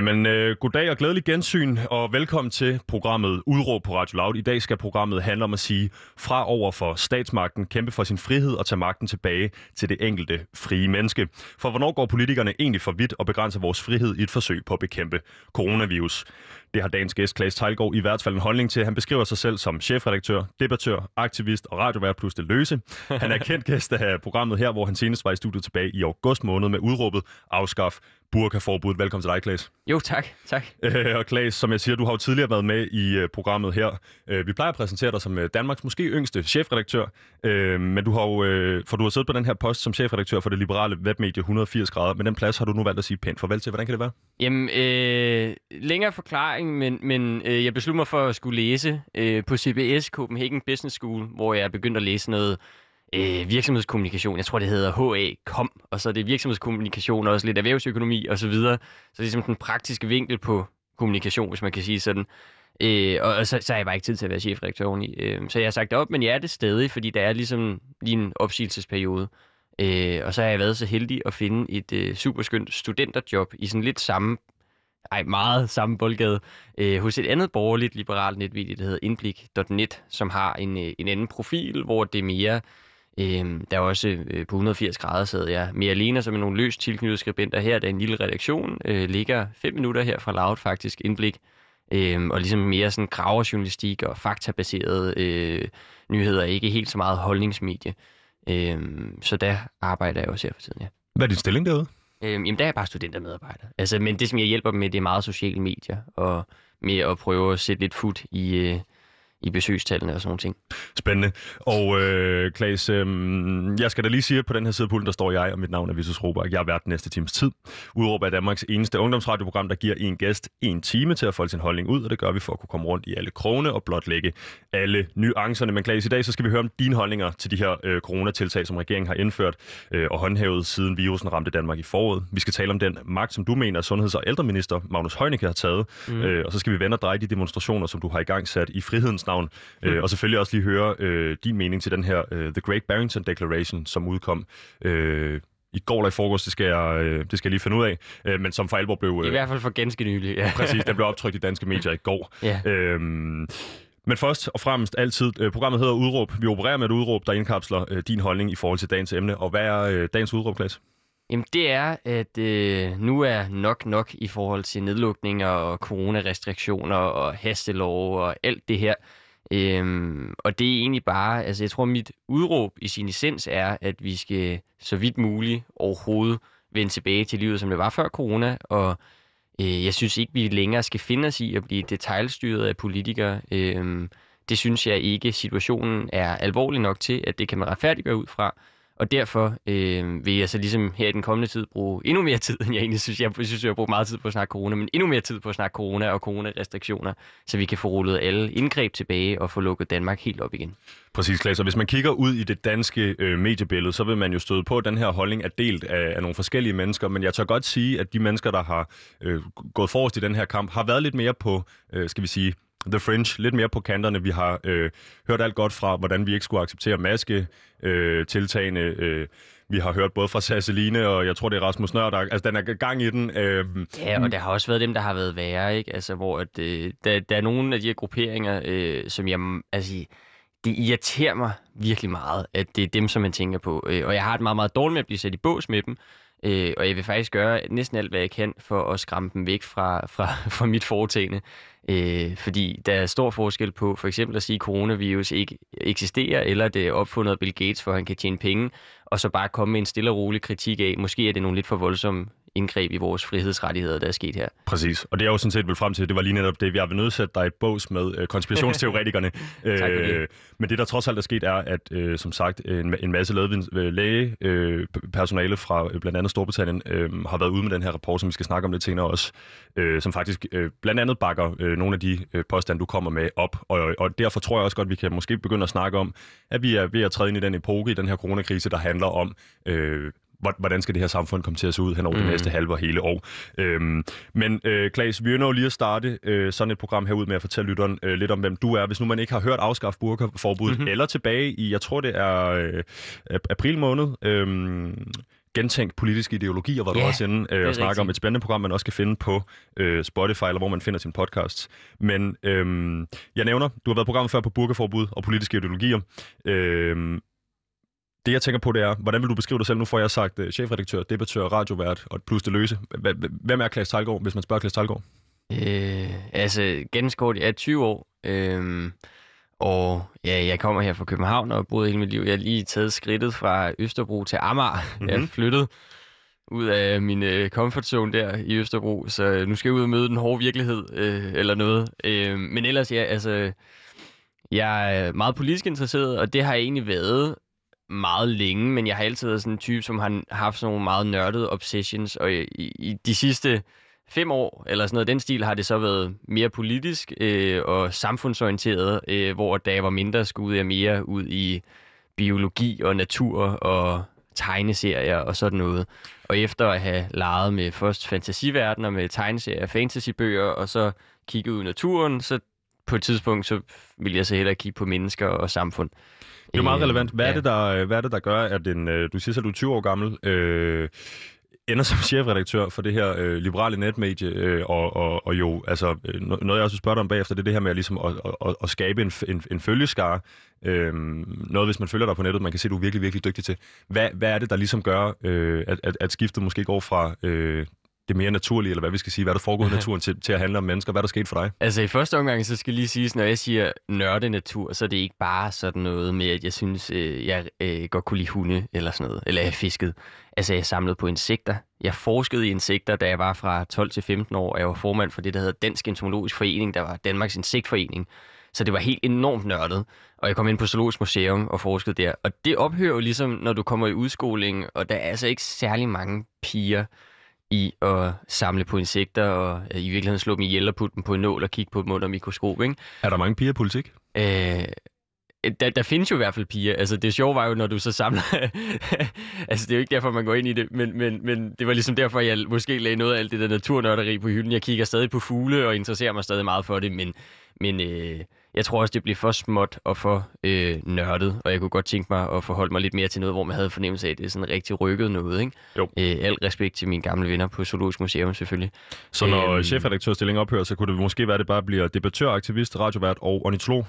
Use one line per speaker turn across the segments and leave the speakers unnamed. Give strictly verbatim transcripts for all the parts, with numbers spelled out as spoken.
Jamen, øh, goddag og glædelig gensyn, og velkommen til programmet Udråb på Radio Loud. I dag skal programmet handle om at sige fra over for statsmagten, kæmpe for sin frihed og tage magten tilbage til det enkelte frie menneske. For hvornår går politikerne egentlig for vidt og begrænser vores frihed i et forsøg på at bekæmpe coronavirus? Det har dagens gæst, Claes Teilgaard, i hvert fald en holdning til. Han beskriver sig selv som chefredaktør, debattør, aktivist og radiovært plus det løse. Han er kendt gæst af programmet her, hvor han senest var i studiet tilbage i august måned med udråbet afskaf burka-forbuddet. Velkommen til dig, Claes.
Jo, tak. tak.
Øh, og Claes, som jeg siger, du har jo tidligere været med i uh, programmet her. Uh, vi plejer at præsentere dig som uh, Danmarks måske yngste chefredaktør, uh, men du har jo, uh, for du har siddet på den her post som chefredaktør for det liberale webmedie et hundrede og firs grader, men den plads har du nu valgt at sige pænt farvel til. Hvordan kan det være?
Jamen, øh, længere forklaring, men, men øh, jeg besluttede mig for at skulle læse øh, på C B S, Copenhagen Business School, hvor jeg begyndte at læse noget øh, virksomhedskommunikation. Jeg tror, det hedder H A kom, og så er det virksomhedskommunikation og også lidt erhvervsøkonomi og så videre. Så det er ligesom den praktiske vinkel på kommunikation, hvis man kan sige sådan. Øh, og og så, så har jeg bare ikke tid til at være chefredaktør oveni. Øh, så jeg har sagt det op, men jeg er det stadig, fordi der er ligesom lige en opsigelsesperiode. Øh, og så har jeg været så heldig at finde et øh, superskønt studenterjob i sådan lidt samme, ej meget samme boldgade, øh, hos et andet borgerligt liberalt netmedie, der hedder indblik punktum net, som har en, øh, en anden profil, hvor det er mere, øh, der er også øh, på et hundrede og firs grader sad jeg mere alene, som med nogle løst tilknyttede skribenter her, der er en lille redaktion, øh, ligger fem minutter her fra Loud faktisk, indblik, øh, og ligesom mere sådan graverjournalistik og faktabaseret øh, nyheder, ikke helt så meget holdningsmedie. Øhm, så der arbejder jeg også her for tiden, ja.
Hvad er din stilling derude?
Øhm, jamen, der er jeg bare studentermedarbejder. Altså, men det, som jeg hjælper dem med, det er meget sociale medier, og med at prøve at sætte lidt fut i, øh, i besøgstallene og sådan nogle ting.
Spændende. Og øh, Claes, øh, jeg skal da lige sige, at på den her side af pulten, der står jeg, og mit navn er Vitus Robak. Jeg har været den næste times tid. Udråb er Danmarks eneste ungdomsradioprogram, der giver en gæst en time til at folde sin holdning ud, og det gør vi for at kunne komme rundt i alle krogene og blotlægge alle nuancerne. Men Claes, i dag så skal vi høre om dine holdninger til de her øh, coronatiltag, som regeringen har indført øh, og håndhævet siden virusen ramte Danmark i foråret. Vi skal tale om den magt, som du mener, sundheds- og ældreminister Magnus Heunicke har taget, mm. øh, og så skal vi vende og dreje de demonstrationer, som du har i gang sat i frihedens navn. Mm. Øh, og selvfølgelig også lige høre øh, din mening til den her uh, The Great Barrington Declaration, som udkom øh, i går eller i forgårs, det skal jeg, øh, det skal jeg lige finde ud af, øh, men som for alvor blev... Øh,
I hvert fald for ganske nylig, ja.
Præcis, den blev optrykt i danske medier i går.
Ja.
Øhm, men først og fremmest altid, øh, programmet hedder Udråb. Vi opererer med et udråb, der indkapsler øh, din holdning i forhold til dagens emne. Og hvad er øh, dagens udråb, Claes?
Jamen, det er, at øh, nu er nok nok i forhold til nedlukninger og coronarestriktioner og hastelov og alt det her. Øhm, og det er egentlig bare, altså jeg tror mit udråb i sin essens er, at vi skal så vidt muligt overhovedet vende tilbage til livet, som det var før corona, og øh, jeg synes ikke, vi længere skal finde os i at blive detailstyret af politikere. Øhm, det synes jeg ikke, situationen er alvorlig nok til, at det kan man retfærdiggøre ud fra. Og derfor øh, vil jeg så ligesom her i den kommende tid bruge endnu mere tid, end jeg egentlig synes. Jeg synes, jeg har brugt meget tid på at snakke corona, men endnu mere tid på at snakke corona og coronarestriktioner, så vi kan få rullet alle indgreb tilbage og få lukket Danmark helt op igen.
Præcis, Claes. Og hvis man kigger ud i det danske øh, mediebillede, så vil man jo støde på, at den her holdning er delt af, af nogle forskellige mennesker. Men jeg tør godt sige, at de mennesker, der har øh, gået forrest i den her kamp, har været lidt mere på, øh, skal vi sige, The Fringe, lidt mere på kanterne. Vi har øh, hørt alt godt fra, hvordan vi ikke skulle acceptere maske, øh, tiltagene. Øh, vi har hørt både fra Sasseline, og jeg tror, det er Rasmus Nøhr, der altså, den er gang i den. Øh,
ja, og der har også været dem, der har været værre, ikke? Altså, hvor at, øh, der, der er nogle af de her grupperinger, øh, som jeg... Altså, det irriterer mig virkelig meget, at det er dem, som man tænker på. Øh, og jeg har et meget, meget dårligt med at blive sat i bås med dem. Øh, og jeg vil faktisk gøre næsten alt, hvad jeg kan, for at skræmme dem væk fra, fra, fra mit foretagende. Øh, fordi der er stor forskel på for eksempel at sige, at coronavirus ikke eksisterer, eller det er opfundet af Bill Gates, for at han kan tjene penge, og så bare komme med en stille og rolig kritik af, måske er det nogle lidt for voldsomme indgreb i vores frihedsrettigheder, der er sket her.
Præcis, og det er jo sådan set vel frem til, det var lige netop det, vi har nødsat dig et bås med øh, konspirationsteoretikerne. øh, men det, der trods alt er sket, er, at øh, som sagt, en, en masse lægepersonale øh, fra øh, blandt andet Storbritannien øh, har været ude med den her rapport, som vi skal snakke om lidt senere også, øh, som faktisk øh, blandt andet bakker øh, nogle af de øh, påstande, du kommer med op. Og, og derfor tror jeg også godt, vi kan måske begynde at snakke om, at vi er ved at træde ind i den epoke i den her coronakrise, der handler om øh, hvordan skal det her samfund komme til at se ud hen over mm. det næste halve og hele år. Øhm, men øh, Claes, vi er jo lige at starte øh, sådan et program herud med at fortælle lytteren øh, lidt om, hvem du er. Hvis nu man ikke har hørt afskaffe burka-forbuddet, mm-hmm. eller tilbage i, jeg tror det er øh, april måned, øh, Gentænk politiske ideologier, hvor
Ja,
du også inde øh, og snakker om et spændende program, man også kan finde på øh, Spotify, eller hvor man finder sin podcasts. Men øh, jeg nævner, du har været programmet før på burkaforbud og politiske ideologier. Øh, det jeg tænker på, det er, hvordan vil du beskrive dig selv? Nu får jeg sagt øh, chefredaktør, debattør, radiovært og et plus det løse. Hvem er Claes Thalgaard, hvis man spørger Claes Thalgaard?
Øh, altså, ganske kort, jeg er tyve år, øh, og ja, jeg kommer her fra København og har boet hele mit liv. Jeg har lige taget skridtet fra Østerbro til Amager. Mm-hmm. Jeg er flyttet ud af min øh, comfort zone der i Østerbro, så nu skal jeg ud og møde den hårde virkelighed, øh, eller noget. Øh, men ellers, ja, altså, jeg er meget politisk interesseret, og det har jeg egentlig været meget længe, men jeg har altid været sådan en type, som har haft sådan nogle meget nørdede obsessions, og i, i de sidste fem år, eller sådan noget den stil, har det så været mere politisk øh, og samfundsorienteret, øh, hvor da jeg var mindre, skulle jeg mere ud i biologi og natur og tegneserier og sådan noget. Og efter at have leget med først fantasiverdener med tegneserier, fantasybøger, og så kigget ud i naturen, så på et tidspunkt, så ville jeg så hellere kigge på mennesker og samfund.
Det er meget relevant. Hvad er, ja. det, der, hvad er det, der gør, at en, du siger selv, du er tyve år gammel, øh, ender som chefredaktør for det her øh, liberale netmedie, øh, og, og, og jo, altså, noget jeg også spørger dig om bagefter, det er det her med ligesom at, at, at skabe en, en, en følgeskare. Øh, noget, hvis man følger dig på nettet, man kan se, at du er virkelig, virkelig dygtig til. Hvad, hvad er det, der ligesom gør, øh, at, at, at skiftet måske går fra øh, det mere naturlige, eller hvad vi skal sige, hvad der foregår i naturen, til, til at handle om mennesker? Hvad er der sket for dig?
Altså i første omgang, så skal jeg lige sige, når jeg siger nørde natur, så er det ikke bare sådan noget med, at jeg synes, øh, jeg øh, godt kunne lide hunde, eller sådan noget, eller jeg fiskede. Altså jeg samlede på insekter. Jeg forskede i insekter, da jeg var fra tolv til femten år, og jeg var formand for det, der hedder Dansk Entomologisk Forening, der var Danmarks Insektforening. Så det var helt enormt nørdet. Og jeg kom ind på Zoologisk Museum og forskede der. Og det ophører jo ligesom, når du kommer i udskoling, og der er altså ikke særlig mange piger i at samle på insekter, og i virkeligheden slå dem ihjel og putte dem på en nål og kigge på dem under mikroskop, ikke?
Er der mange piger i politik?
Øh, der, der findes jo i hvert fald piger. Altså det sjove var jo, når du så samler... altså det er jo ikke derfor, man går ind i det, men, men, men det var ligesom derfor, jeg måske lagde noget af alt det der naturnørderi på hylden. Jeg kigger stadig på fugle og interesserer mig stadig meget for det, men, men øh, jeg tror også, det bliver for småt og for øh, nørdet, og jeg kunne godt tænke mig at forholde mig lidt mere til noget, hvor man havde fornemmelse af, at det er sådan rigtig rykket noget, ikke?
Jo.
Øh, alt respekt til mine gamle venner på Zoologisk Museum, selvfølgelig.
Så når øhm... chefredaktørstillingen ophører, så kunne det måske være, at det bare bliver debattør, aktivist, radiovært og ornitolog?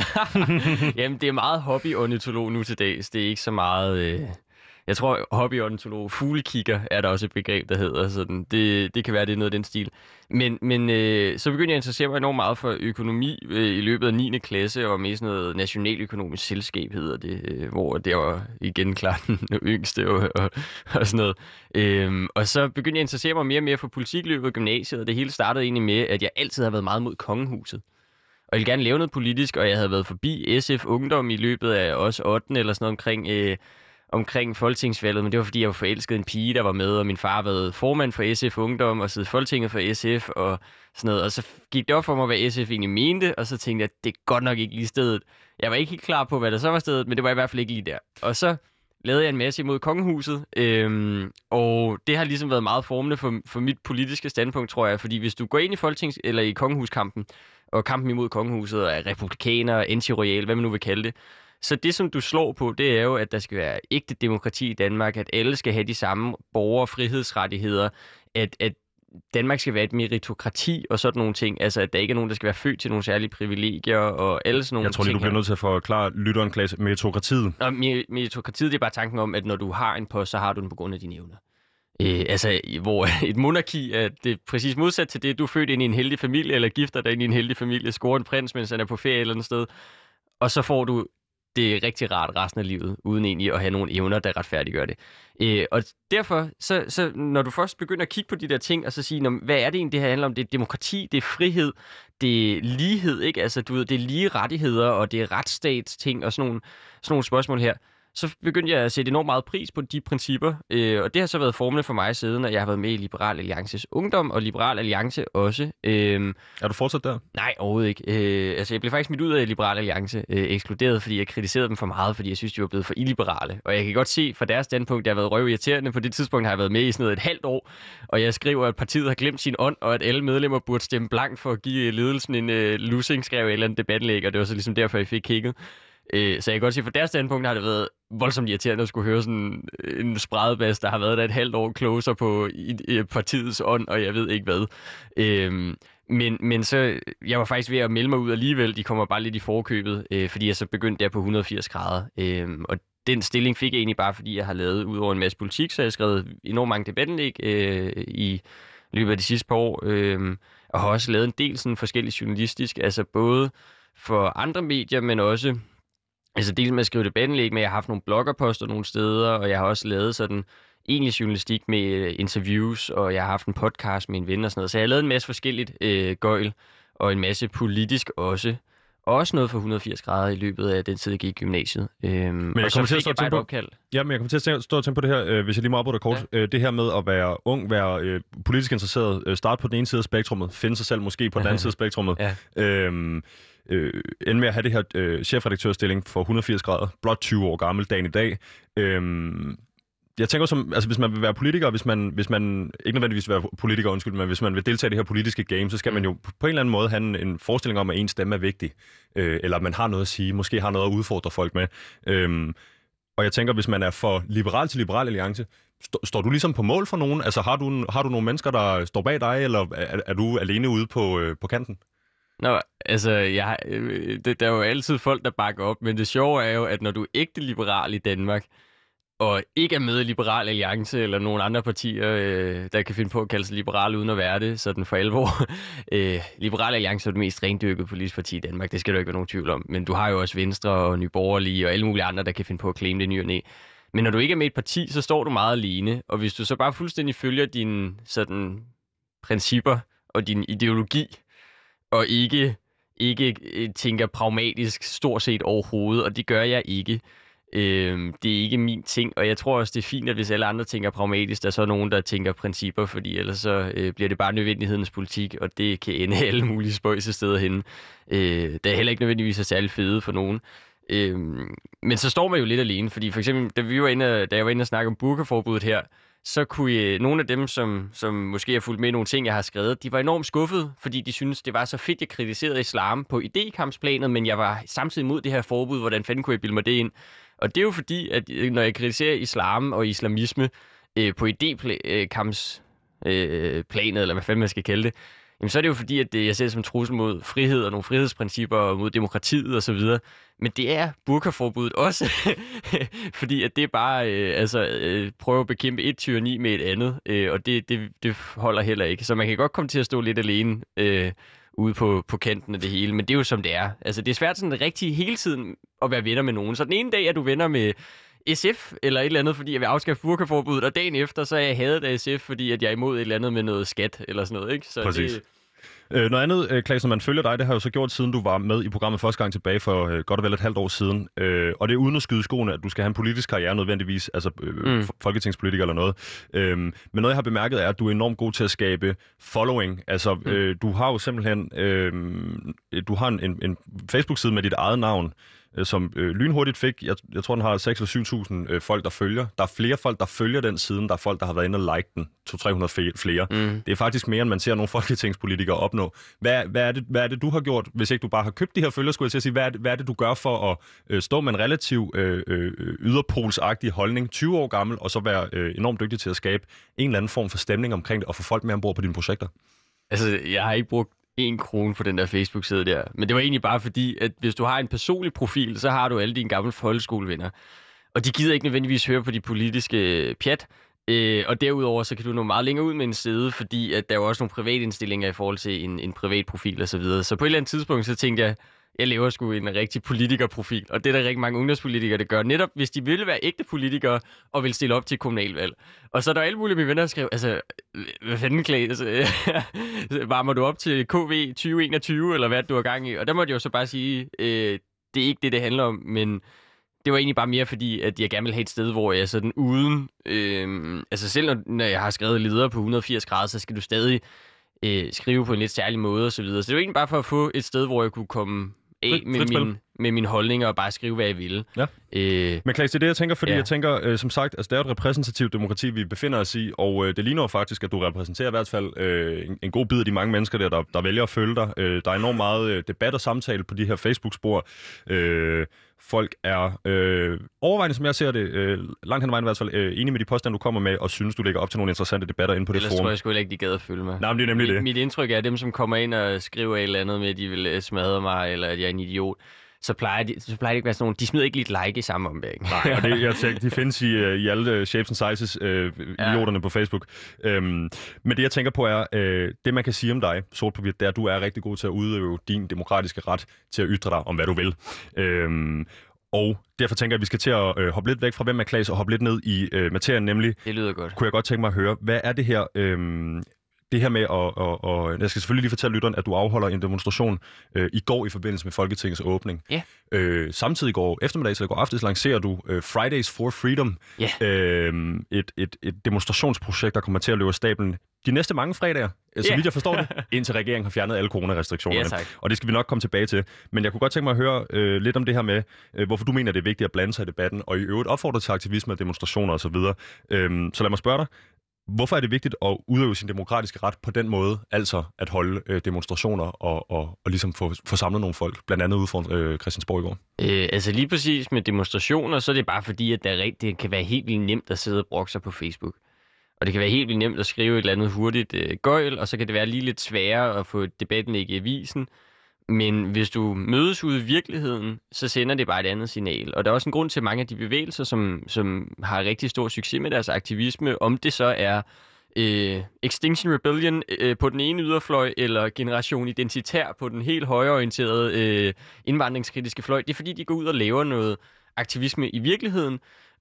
Jamen, det er meget hobby-ornitolog nu til dags. Det er ikke så meget... Øh... Jeg tror, hobby-ornitolog, fuglekigger er der også et begreb, der hedder. Sådan. Det, det kan være, det er noget af den stil. Men, men øh, så begyndte jeg at interessere mig enormt meget for økonomi øh, i løbet af niende klasse, og med sådan noget nationaløkonomisk selskab hedder det, øh, hvor det var igen klart den yngste og, og, og sådan noget. Øhm, og så begyndte jeg at interessere mig mere og mere for politik i løbet af gymnasiet, og det hele startede egentlig med, at jeg altid har været meget mod kongehuset. Og jeg ville gerne lave noget politisk, og jeg havde været forbi S F Ungdom i løbet af også ottende eller sådan noget omkring... Øh, omkring folketingsvalget, men det var fordi, jeg var forelsket en pige, der var med, og min far var formand for S F Ungdom, og sidde i Folketinget for S F, og sådan noget. Og så gik det op for mig, hvad S F egentlig mente, og så tænkte jeg, at det er godt nok ikke lige stedet. Jeg var ikke helt klar på, hvad der så var stedet, men det var i hvert fald ikke lige der. Og så lavede jeg en masse imod kongehuset, øhm, og det har ligesom været meget formende for, for mit politiske standpunkt, tror jeg, fordi hvis du går ind i Folketings- eller i kongehuskampen, og kampen imod kongehuset, og er republikaner, anti-royal, hvad man nu vil kalde det, så det, som du slår på, det er jo, at der skal være ægte demokrati i Danmark, at alle skal have de samme borger- og frihedsrettigheder, at, at Danmark skal være et meritokrati og sådan nogle ting. Altså, at der ikke er nogen, der skal være født til nogle særlige privilegier og alle sådan nogle ting.
Jeg tror lige,
ting
du bliver nødt til at forklare lytteren, Claes, meritokratiet.
Og meritokratiet, det er bare tanken om, at når du har en post, så har du den på grund af dine evner. Øh, altså, hvor et monarki er det præcis modsat til det. Du er født ind i en heldig familie, eller gifter dig ind i en heldig familie, scorer en prins, mens han er på ferie eller andet sted, og så får du det er rigtig rart resten af livet, uden egentlig at have nogle evner, der retfærdiggør det. Øh, og derfor, så, så når du først begynder at kigge på de der ting, og så sige, hvad er det egentlig, det her handler om? Det er demokrati, det er frihed, det er lighed, ikke? Altså, du ved, det er lige rettigheder, og det er retsstats-ting, og sådan nogle, sådan nogle spørgsmål her. Så begyndte jeg at sætte enormt meget pris på de principper, øh, og det har så været formende for mig siden, at jeg har været med i Liberal Alliances Ungdom, og Liberal Alliance også. Øh,
er du fortsat der?
Nej, overhovedet ikke. Øh, altså, jeg blev faktisk smidt ud af Liberal Alliance, øh, ekskluderet, fordi jeg kritiserede dem for meget, fordi jeg synes, de var blevet for illiberale. Og jeg kan godt se fra deres standpunkt, at jeg har været røvirriterende. På det tidspunkt har jeg været med i sådan noget et halvt år, og jeg skriver, at partiet har glemt sin ånd, og at alle medlemmer burde stemme blankt for at give ledelsen en øh, losing, skrev et eller andet debatlæg, og det var så ligesom derfor, jeg fik kigget. Øh, så jeg kan godt sige, for deres standpunkt har det været voldsomt irriterende at skulle høre sådan en spredebas, der har været der et halvt år closer på i, i partiets ånd, og jeg ved ikke hvad. Øh, men, men så, jeg var faktisk ved at melde mig ud alligevel. De kommer bare lidt i forkøbet, øh, fordi jeg så begyndte der på hundrede og firs grader. Øh, og den stilling fik jeg egentlig bare, fordi jeg har lavet ud over en masse politik, så jeg har skrevet enormt mange debatindlæg øh, i løbet af de sidste par år, øh, og har også lavet en del sådan forskellige journalistisk, altså både for andre medier, men også altså dels med at skrive debatindlæg, men jeg har haft nogle bloggerposter nogle steder, og jeg har også lavet sådan egentlig journalistik med interviews, og jeg har haft en podcast med en ven og sådan noget, så jeg har lavet en masse forskelligt øh, gøjl, og en masse politisk også. Også noget for hundrede og firs grader i løbet af den tid, jeg gik i gymnasiet. Øhm,
men jeg
og så
kommer til at
fik
stå
jeg bare et
på,
opkald.
Ja, men jeg kommer til at stå og tænke på det her, øh, hvis jeg lige må afbryde dig kort. Ja. Øh, det her med at være ung, være øh, politisk interesseret, øh, starte på den ene side af spektrummet, finde sig selv måske på den anden side af spektrummet. Ja. Øhm, øh, ende med at have det her øh, chefredaktørstilling for hundrede og firs grader, blot tyve år gammel, dagen i dag. Øhm, Jeg tænker som, altså hvis man vil være politiker, hvis man, hvis man ikke nødvendigvis vil være politiker, undskyld, men hvis man vil deltage i det her politiske game, så skal man jo på en eller anden måde have en, en forestilling om, at ens stemme er vigtig, øh, eller at man har noget at sige, måske har noget at udfordre folk med. Øhm, og jeg tænker, hvis man er for liberal til Liberal Alliance, st- står du ligesom på mål for nogen? Altså har du, har du nogle mennesker, der står bag dig, eller er, er du alene ude på, øh, på kanten?
Nå, altså, jeg, øh, det, der er jo altid folk, der bakker op, men det sjove er jo, at når du er ægte liberal i Danmark, og ikke er med i Liberal Alliance eller nogle andre partier, øh, der kan finde på at kalde sig liberale uden at være det, sådan for alvor. øh, Liberal Alliance er det mest rendyrkede politiske parti i Danmark, det skal der ikke være nogen tvivl om. Men du har jo også Venstre og Nye Borgerlige og alle mulige andre, der kan finde på at claim det ny og næ. Men når du ikke er med i et parti, så står du meget alene, og hvis du så bare fuldstændig følger dine sådan, principper og din ideologi, og ikke, ikke tænker pragmatisk stort set overhovedet, og det gør jeg ikke, Øh, det er ikke min ting, og jeg tror også, det er fint, at hvis alle andre tænker pragmatisk, der er så nogen, der tænker principper, fordi ellers så øh, bliver det bare nødvendighedens politik, og det kan ende alle mulige spøjse steder henne. Øh, det er heller ikke nødvendigvis er særlig fede for nogen. Øh, men så står man jo lidt alene, fordi for eksempel, da, vi var inde, da jeg var inde og snakke om burkaforbuddet her, så kunne jeg, nogle af dem, som, som måske har fulgt med i nogle ting, jeg har skrevet, de var enormt skuffede, fordi de synes det var så fedt, jeg kritiserede islam på idékampsplanet, men jeg var samtidig mod det her forbud, hvordan fanden kunne jeg bilde mig det ind? Og det er jo fordi, at når jeg kritiserer islam og islamisme øh, på idékampsplanet, øh, eller hvad fanden man skal kalde det, jamen så er det jo fordi, at det, jeg ser det som en trussel mod frihed og nogle frihedsprincipper og mod demokratiet osv. Men det er burkaforbuddet også, fordi at det er bare øh, altså, øh, prøve at bekæmpe et tyranni med et andet, øh, og det, det, det holder heller ikke. Så man kan godt komme til at stå lidt alene øh, ude på, på kanten af det hele, men det er jo som det er. Altså det er svært sådan rigtig hele tiden at være venner med nogen. Så den ene dag er du venner med S F eller et eller andet, fordi jeg vil afskaffe burkaforbuddet, og dagen efter så er jeg hadet af S F, fordi at jeg er imod et eller andet med noget skat eller sådan noget, ikke? Så
præcis.
Det,
Øh, noget andet, øh, Claes, når man følger dig, det har jo så gjort, siden du var med i programmet første gang tilbage for øh, godt og vel et halvt år siden. Øh, og det er uden at skyde skoene, at du skal have en politisk karriere nødvendigvis, altså øh, mm. folketingspolitiker eller noget. Øh, men noget, jeg har bemærket, er, at du er enormt god til at skabe following. Altså, mm. øh, du har jo simpelthen øh, du har en, en Facebook-side med dit eget navn, som øh, lynhurtigt fik, jeg, jeg tror, den har seks eller syv tusind øh, folk, der følger. Der er flere folk, der følger den siden. Der er folk, der har været inde og like den. to til tre hundrede flere. Mm. Det er faktisk mere, end man ser nogle folketingspolitikere opnå. Hvad, hvad, er det, hvad er det, du har gjort, hvis ikke du bare har købt de her følger, skulle jeg til at sige? Hvad er det, hvad er det du gør for at øh, stå med en relativt øh, øh, yderpolsagtig holdning, tyve år gammel, og så være øh, enormt dygtig til at skabe en eller anden form for stemning omkring det, og få folk med ombord på dine projekter?
Altså, jeg har ikke brugt en krone på den der Facebook-side der. Men det var egentlig bare fordi, at hvis du har en personlig profil, så har du alle dine gamle folkeskolevenner. Og de gider ikke nødvendigvis høre på de politiske pjat. Øh, og derudover, så kan du nå meget længere ud med en side, fordi at der er jo også nogle privatindstillinger i forhold til en, en privat profil og så videre. Så på et eller andet tidspunkt, så tænkte jeg, jeg lever sgu en rigtig politikerprofil. Og det er der rigtig mange ungdomspolitikere, der gør. Netop hvis de vil være ægte politikere og vil stille op til kommunalvalg. Og så er der alle mulige mine venner, der skrev, altså, hvad fanden, Claes? Varmer du op til K V tyve enogtyve, eller hvad du har gang i? Og der måtte jeg jo så bare sige, øh, det er ikke det, det handler om, men det var egentlig bare mere fordi, at jeg gerne vil have et sted, hvor jeg sådan uden... Øh, altså selv når, når jeg har skrevet leder på hundrede og firs grader, så skal du stadig øh, skrive på en lidt særlig måde og så videre. Så det var egentlig bare for at få et sted, hvor jeg kunne komme af med min... med mine holdninger og bare skrive, hvad jeg ville.
Ja.
Øh,
Men Claes, det er det, jeg tænker, fordi
ja.
jeg tænker, øh, som sagt, altså, det er et repræsentativt demokrati, vi befinder os i, og øh, det ligner faktisk, at du repræsenterer i hvert fald øh, en, en god bid af de mange mennesker der, der, der vælger at følge dig. Øh, der er enormt meget øh, debat og samtale på de her Facebook-spor. Øh, folk er øh, overvejende, som jeg ser det, øh, langt hen ad vejen i hvert fald, øh, enige med de påstande, du kommer med, og synes, du lægger op til nogle interessante debatter inde på det
Ellers
forum.
tror jeg sgu ikke, de gad at følge mig.
Nej, men det er nemlig
mit,
det.
Mit indtryk er, at dem, som kommer ind og skriver et eller andet med, at de vil smadre mig, eller at jeg er en idiot, så plejer de, så plejer det ikke at være sådan nogle, de smider ikke lige et like i samme ombæring.
Nej, og det, jeg tænker, de findes i, uh, i alle uh, shapes and sizes, uh,
ja.
idioterne på Facebook. Um, men det, jeg tænker på, er, uh, det man kan sige om dig, sort på hvidt, det er, at du er rigtig god til at udøve din demokratiske ret til at ytre dig om, hvad du vil. Um, og derfor tænker jeg, at vi skal til at uh, hoppe lidt væk fra, hvem er Claes, og hoppe lidt ned i uh, materien, nemlig...
Det lyder godt.
Kunne jeg godt tænke mig at høre, hvad er det her... Um, Det her med, at, og, og jeg skal selvfølgelig lige fortælle lytteren, at du afholder en demonstration øh, i går i forbindelse med Folketingets åbning.
Ja.
Øh, samtidig i går eftermiddag, så i går aftes, lancerer du øh, Fridays for Freedom.
Ja.
Øh, et, et, et demonstrationsprojekt, der kommer til at løbe af stablen de næste mange fredager, så
Ja.
vidt jeg forstår det, indtil regeringen har fjernet alle coronarestriktionerne.
Ja, tak.
Og det skal vi nok komme tilbage til. Men jeg kunne godt tænke mig at høre øh, lidt om det her med, øh, hvorfor du mener, det er vigtigt at blande sig i debatten, og i øvrigt opfordre til aktivisme og demonstrationer osv. Øh, så lad mig spørge dig. Hvorfor er det vigtigt at udøve sin demokratiske ret på den måde, altså at holde øh, demonstrationer og, og, og ligesom få, få samlet nogle folk, blandt andet ude for øh, Christiansborg i går?
Øh, altså lige præcis med demonstrationer, så er det bare fordi, at det, er rigt- det kan være helt vildt nemt at sidde og brokke sig på Facebook. Og det kan være helt vildt nemt at skrive et eller andet hurtigt øh, gøjl, og så kan det være lige lidt sværere at få debatten ikke i avisen. Men hvis du mødes ude i virkeligheden, så sender det bare et andet signal. Og der er også en grund til, mange af de bevægelser, som, som har rigtig stor succes med deres aktivisme, om det så er øh, Extinction Rebellion øh, på den ene yderfløj, eller Generation Identitær på den helt højreorienterede øh, indvandringskritiske fløj. Det er fordi, de går ud og laver noget aktivisme i virkeligheden,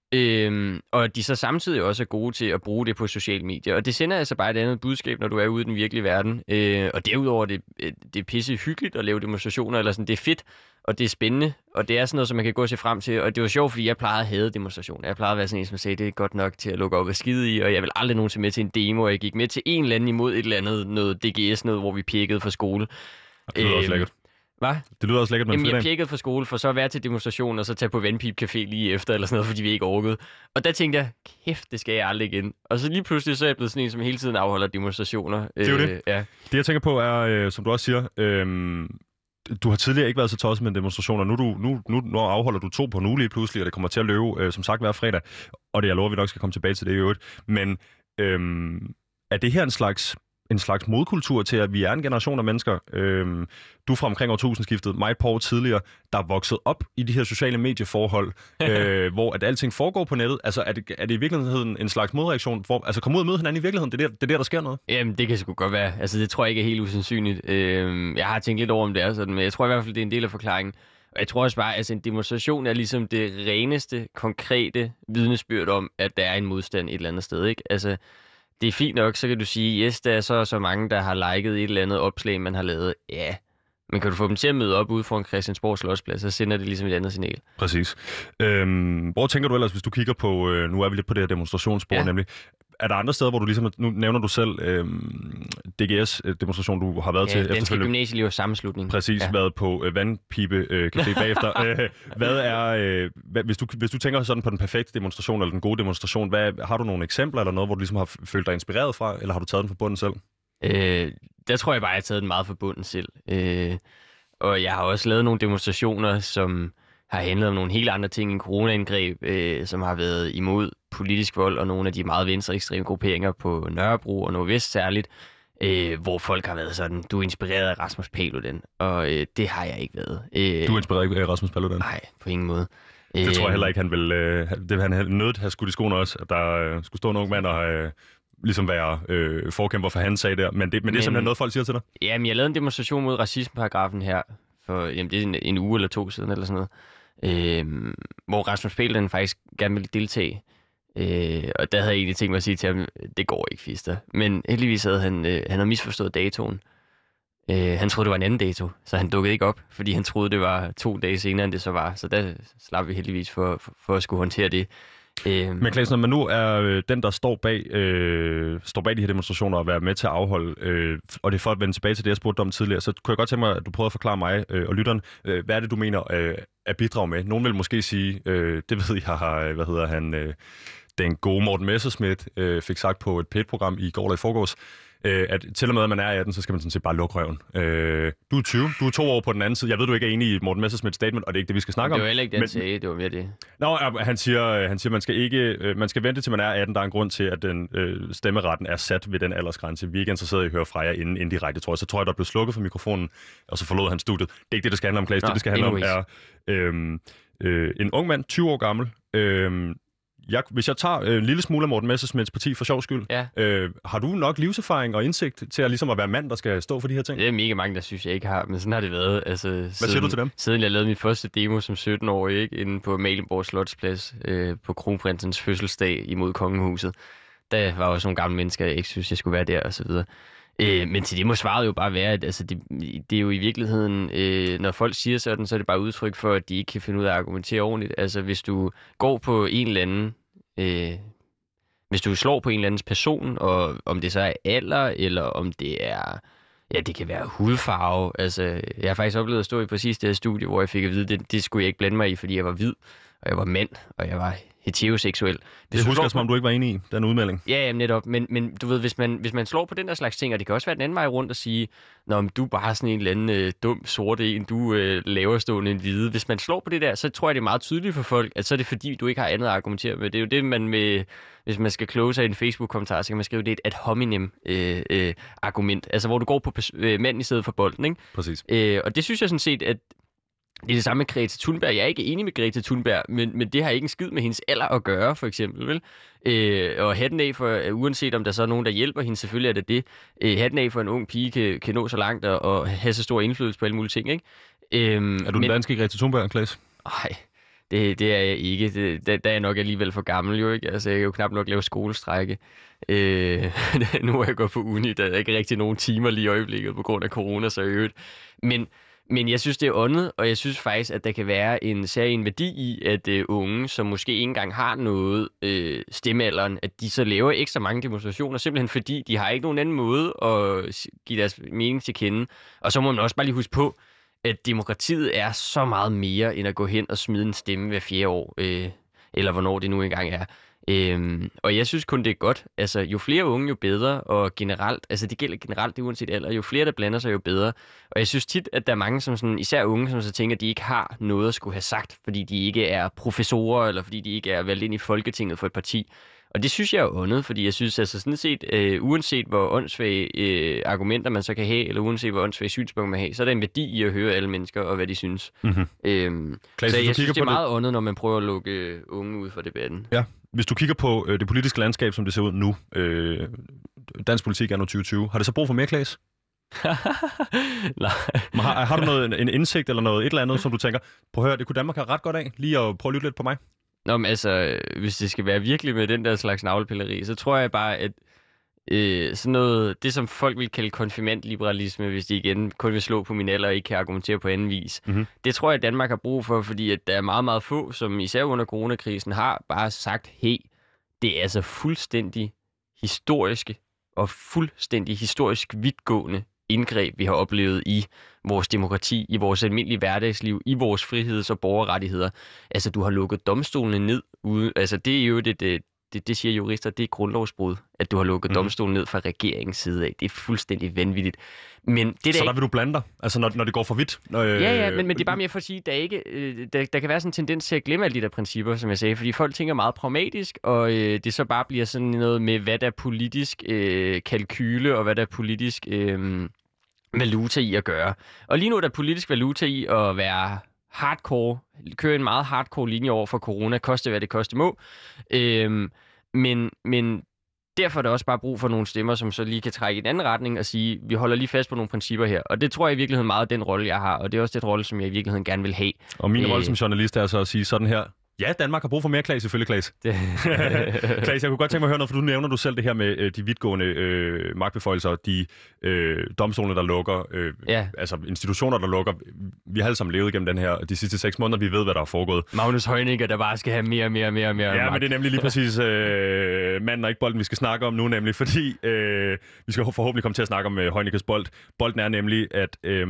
Øhm, og de så samtidig også er gode til at bruge det på sociale medier. Og det sender altså bare et andet budskab, når du er ude i den virkelige verden. Øh, og derudover, det, det er pisse hyggeligt at lave demonstrationer, eller sådan, det er fedt, og det er spændende, og det er sådan noget, som man kan gå og se frem til. Og det var sjovt, fordi jeg plejede at hade demonstrationer. Jeg plejede at være sådan en, som sagde, det er godt nok til at lukke op og skide i, og jeg vil aldrig nogensinde med til en demo, og jeg gik med til en eller anden imod et eller andet, noget D G S, noget, hvor vi pjekkede fra skole.
Det lyder øhm, også lækkert.
Hvad?
Det lyder også lækkert med en
Jamen,
fredag.
jeg pjekkede fra skole, for så at være til demonstration, og så tage på Vandpip Café lige efter, eller sådan noget, fordi vi ikke orkede. Og der tænkte jeg, kæft, det skal jeg aldrig igen. Og så lige pludselig, så er jeg blevet sådan en, som hele tiden afholder demonstrationer.
Det er jo
øh,
det.
Ja.
Det, jeg tænker på, er, øh, som du også siger, øh, du har tidligere ikke været så tosset med en demonstration, og nu, du, nu, nu, nu afholder du to på nu lige pludselig, og det kommer til at løbe, øh, som sagt, hver fredag. Og det jeg lover, vi nok skal komme tilbage til det i øvrigt. Men øh, er det her en slags... en slags modkultur til, at vi er en generation af mennesker, øhm, du fra omkring årtusindskiftet, mig et par år tidligere, der er vokset op i de her sociale medieforhold, øh, hvor at alting foregår på nettet. Altså, er det, er det i virkeligheden en slags modreaktion? For, altså, komme ud og møde hinanden i virkeligheden, det er, der, det er der, der sker noget?
Jamen, det kan sgu godt være. Altså, det tror jeg ikke er helt usandsynligt. Øh, jeg har tænkt lidt over, om det er sådan, men jeg tror i hvert fald, det er en del af forklaringen. Og jeg tror også bare, at altså, en demonstration er ligesom det reneste, konkrete vidnesbyrd om, at der er en modstand et eller andet sted, ikke? Altså, det er fint nok, så kan du sige, yes, der er så så mange, der har liket et eller andet opslag, man har lavet. Ja, men kan du få dem til at møde op ude foran Christiansborg Slotsplads, så sender det ligesom et andet signal.
Præcis. Øhm, hvor tænker du ellers, hvis du kigger på, øh, nu er vi lidt på det her demonstrationsspor, ja. nemlig, er der andre steder, hvor du ligesom, nu nævner du selv øh, D G S-demonstration, du har været
ja,
til
efterfølgende?
Danske
Gymnasielevers Sammenslutning.
Præcis, ja. Været på øh, Vandpipe øh, Café bagefter. øh, hvad er, øh, hvad, hvis, du, hvis du tænker sådan på den perfekte demonstration, eller den gode demonstration, hvad, har du nogle eksempler, eller noget, hvor du ligesom har følt dig inspireret fra, eller har du taget den fra bunden selv?
Øh, der tror jeg bare, jeg har taget den meget fra bunden selv. Øh, og jeg har også lavet nogle demonstrationer, som har handlet om nogle helt andre ting end coronaindgreb, øh, som har været imod politisk vold og nogle af de meget venstreekstreme grupperinger på Nørrebro og Nordvest særligt, øh, hvor folk har været sådan, du er inspireret af Rasmus Paludan, og øh, det har jeg ikke været. Øh,
du er inspireret af Rasmus Paludan?
Nej, på ingen måde.
Det øh, tror jeg heller ikke, han vil. Øh, det han nødt have skudt i skoene også, at der øh, skulle stå en ung mand og øh, ligesom være øh, forkæmper for hans sag der, men det, men, men det er simpelthen noget, folk siger til dig?
Jamen, jeg lavede en demonstration mod racismeparagrafen her, for jamen, det er en, en uge eller to siden eller sådan noget. Øh, hvor Rasmus Paludan faktisk gerne ville deltage. Øh, og der havde jeg egentlig tænkt mig at sige til ham, det går ikke, fister. Men heldigvis havde han, øh, han havde misforstået datoen. Øh, han troede, det var en anden dato, så han dukkede ikke op, fordi han troede, det var to dage senere, end det så var. Så der slap vi heldigvis for, for, for at skulle håndtere det. Øh,
Men Claes, når man nu er øh, den, der står bag, øh, står bag de her demonstrationer og være med til at afholde, øh, og det er for at vende tilbage til det, jeg spurgte om tidligere, så kunne jeg godt tænke mig, at du prøver at forklare mig øh, og lytteren, øh, hvad er det, du mener øh, at bidrage med? Nogen vil måske sige, øh, det ved jeg, har, hvad hedder han, øh, den gode Morten Messerschmidt øh, fik sagt på et P et-program i går eller i forgårs, øh, at til og med, at man er atten, så skal man sådan set bare lukke røven. Øh, du er tyve, du er to år på den anden side. Jeg ved, du ikke er enig i Morten Messerschmidts statement, og det er ikke det, vi skal snakke om.
Det var heller ikke det, han sagde, det var mere det.
Nå, han siger, han siger, man skal ikke, øh, man skal vente til man er atten. Der er en grund til, at den øh, stemmeretten er sat ved den aldersgrænse. Vi er ikke interesseret i at høre fra jer inden indirekte, tror jeg. Så tror jeg, der blev slukket for mikrofonen, og så forlod han studiet. Det er ikke det, det skal handle om, Claes.
Nå,
det, det skal handle
anyways.
om, er øh, øh, en ung mand, tyve år gammel. Øh, Jeg, hvis jeg tager øh, en lille smule af Morten Messerschmidts parti for sjov skyld,
Ja.
øh, har du nok livserfaring og indsigt til at, ligesom at være mand, der skal stå for de her ting?
Det er mega mange, der synes, jeg ikke har, men sådan har det været. Altså, Hvad
Hvad siger du til dem?
Siden jeg lavede min første demo som sytten-årig, ikke, inde på Malenborg Slotsplads øh, på kronprinsens fødselsdag imod kongehuset. Der var også nogle gamle mennesker, jeg ikke synes, jeg skulle være der, og så videre. Øh, men til det må svaret jo bare være, at altså, det, det er jo i virkeligheden, øh, når folk siger sådan, så er det bare udtryk for, at de ikke kan finde ud af at argumentere ordentligt. Altså, hvis du går på en eller anden... Øh, hvis du slår på en eller andens person, og om det så er alder, eller om det er, ja, det kan være hudfarve. Altså, jeg har faktisk oplevet at stå i præcis det her studie, hvor jeg fik at vide, det, det skulle jeg ikke blande mig i, fordi jeg var hvid, og jeg var mand, og jeg var heteroseksuel.
Det husker jeg, som om du ikke var enig i, den udmelding.
Ja, jamen netop. Men, men du ved, hvis man, hvis man slår på den der slags ting, og det kan også være den anden vej rundt og sige, nå, men du er bare sådan en eller anden øh, dum sorte en, du øh, laver stående en hvide. Hvis man slår på det der, så tror jeg, det er meget tydeligt for folk, at så er det fordi, du ikke har andet at argumentere med. Det er jo det, man med, hvis man skal kloge sig i en Facebook-kommentar, så kan man skrive, det er et ad hominem øh, øh, argument. Altså, hvor du går på øh, manden i stedet for bolden, ikke?
Præcis.
Øh, og det synes jeg sådan set, at det er det samme med Greta Thunberg. Jeg er ikke enig med Greta Thunberg, men, men det har ikke en skid med hendes alder at gøre, for eksempel. Vel? Øh, og hatten af for, uh, uanset om der så er nogen, der hjælper hende, selvfølgelig er det det. Øh, hatten af for en ung pige kan, kan nå så langt og, og have så stor indflydelse på alle mulige ting. Ikke? Øh,
er du den danske Greta Thunberg, Claes?
Nej, det, det er jeg ikke. Det, der, der er jeg nok alligevel for gammel, jo ikke? Altså, jeg kan jo knap nok lave skolestrække. Øh, nu er jeg gået på uni, der er ikke rigtig nogen timer lige i øjeblikket på grund af corona, så i øvrigt. Men Men jeg synes, det er åndet, og jeg synes faktisk, at der kan være en særlig værdi i, at øh, unge, som måske ikke engang har noget øh, stemmealderen, at de så laver ekstra mange demonstrationer, simpelthen fordi de har ikke nogen anden måde at give deres mening til kende. Og så må man også bare lige huske på, at demokratiet er så meget mere, end at gå hen og smide en stemme hver fjerde år, øh, eller hvornår det nu engang er. Øhm, og jeg synes kun, det er godt. Altså, jo flere unge, jo bedre, og generelt, altså det gælder generelt, det er uanset alder, jo flere, der blander sig, jo bedre. Og jeg synes tit, at der er mange, som sådan, især unge, som så tænker, at de ikke har noget at skulle have sagt, fordi de ikke er professorer, eller fordi de ikke er valgt ind i Folketinget for et parti. Og det synes jeg er ondet, fordi jeg synes, altså sådan set, øh, uanset hvor åndssvage øh, argumenter man så kan have, eller uanset hvor åndssvage synspunkter man har, så er der en værdi i at høre alle mennesker, og hvad de synes. Mm-hmm. Øhm,
Klaas,
så jeg synes, det er meget
det...
ondet, når man prøver at lukke øh, unge ud fra debatten.
Ja. Hvis du kigger på øh, det politiske landskab, som det ser ud nu, øh, dansk politik er nu tyve tyve, har det så brug for mere, Claes?
Nej.
Har, har du noget, en indsigt eller noget et eller andet, som du tænker, prøv at høre, det kunne Danmark have ret godt af, lige at prøve at lytte lidt på mig?
Nå, men altså, hvis det skal være virkelig med den der slags navlepilleri, så tror jeg bare, at øh, sådan noget, det som folk vil kalde konfirmantliberalisme, hvis de igen kun vil slå på min alder og ikke kan argumentere på anden vis, mm-hmm. det tror jeg, at Danmark har brug for, fordi at der er meget, meget få, som især under coronakrisen har bare sagt, hey, det er altså fuldstændig historiske og fuldstændig historisk vidtgående indgreb, vi har oplevet i vores demokrati, i vores almindelige hverdagsliv, i vores friheds- og borgerrettigheder. Altså, du har lukket domstolene ned ude. Altså, det er jo det, det, det, det siger jurister, det er grundlovsbrud, at du har lukket mm. domstolen ned fra regeringens side af. Det er fuldstændig vanvittigt. Men det der
så der
ikke...
vil du blande dig? Altså, når, når det går for vidt? Når,
øh... Ja, ja, men, men det er bare mere for at sige, der, ikke, øh, der, der kan være sådan en tendens til at glemme alle de der principper, som jeg sagde, fordi folk tænker meget pragmatisk, og øh, det så bare bliver sådan noget med, hvad der er politisk øh, kalkyle, og hvad der er politisk... Øh, valuta i at gøre. Og lige nu er der politisk valuta i at være hardcore, køre en meget hardcore linje over for corona, koste hvad det koste må. Øhm, men, men derfor er der også bare brug for nogle stemmer, som så lige kan trække i en anden retning og sige, vi holder lige fast på nogle principper her. Og det tror jeg i virkeligheden meget den rolle, jeg har, og det er også den rolle, som jeg i virkeligheden gerne vil have.
Og min
øh,
rolle som journalist er så at sige sådan her, Ja, Danmark har brug for mere, Klaas, selvfølgelig, Klaas. Klaas, jeg kunne godt tænke mig at høre noget, for du nævner du selv det her med øh, de vidtgående øh, magtbeføjelser, de øh, domstolene, der lukker, øh, ja. altså institutioner, der lukker. Vi har alle sammen levet igennem den her de sidste seks måneder, vi ved, hvad der er foregået.
Magnus Heunicke, der bare skal have mere, mere, mere, mere
Ja,
magt.
men det er nemlig lige præcis øh, manden og ikke bolden, vi skal snakke om nu, nemlig, fordi øh, vi skal forhåbentlig komme til at snakke om øh, Heunickes bold. Bolden er nemlig, at... Øh,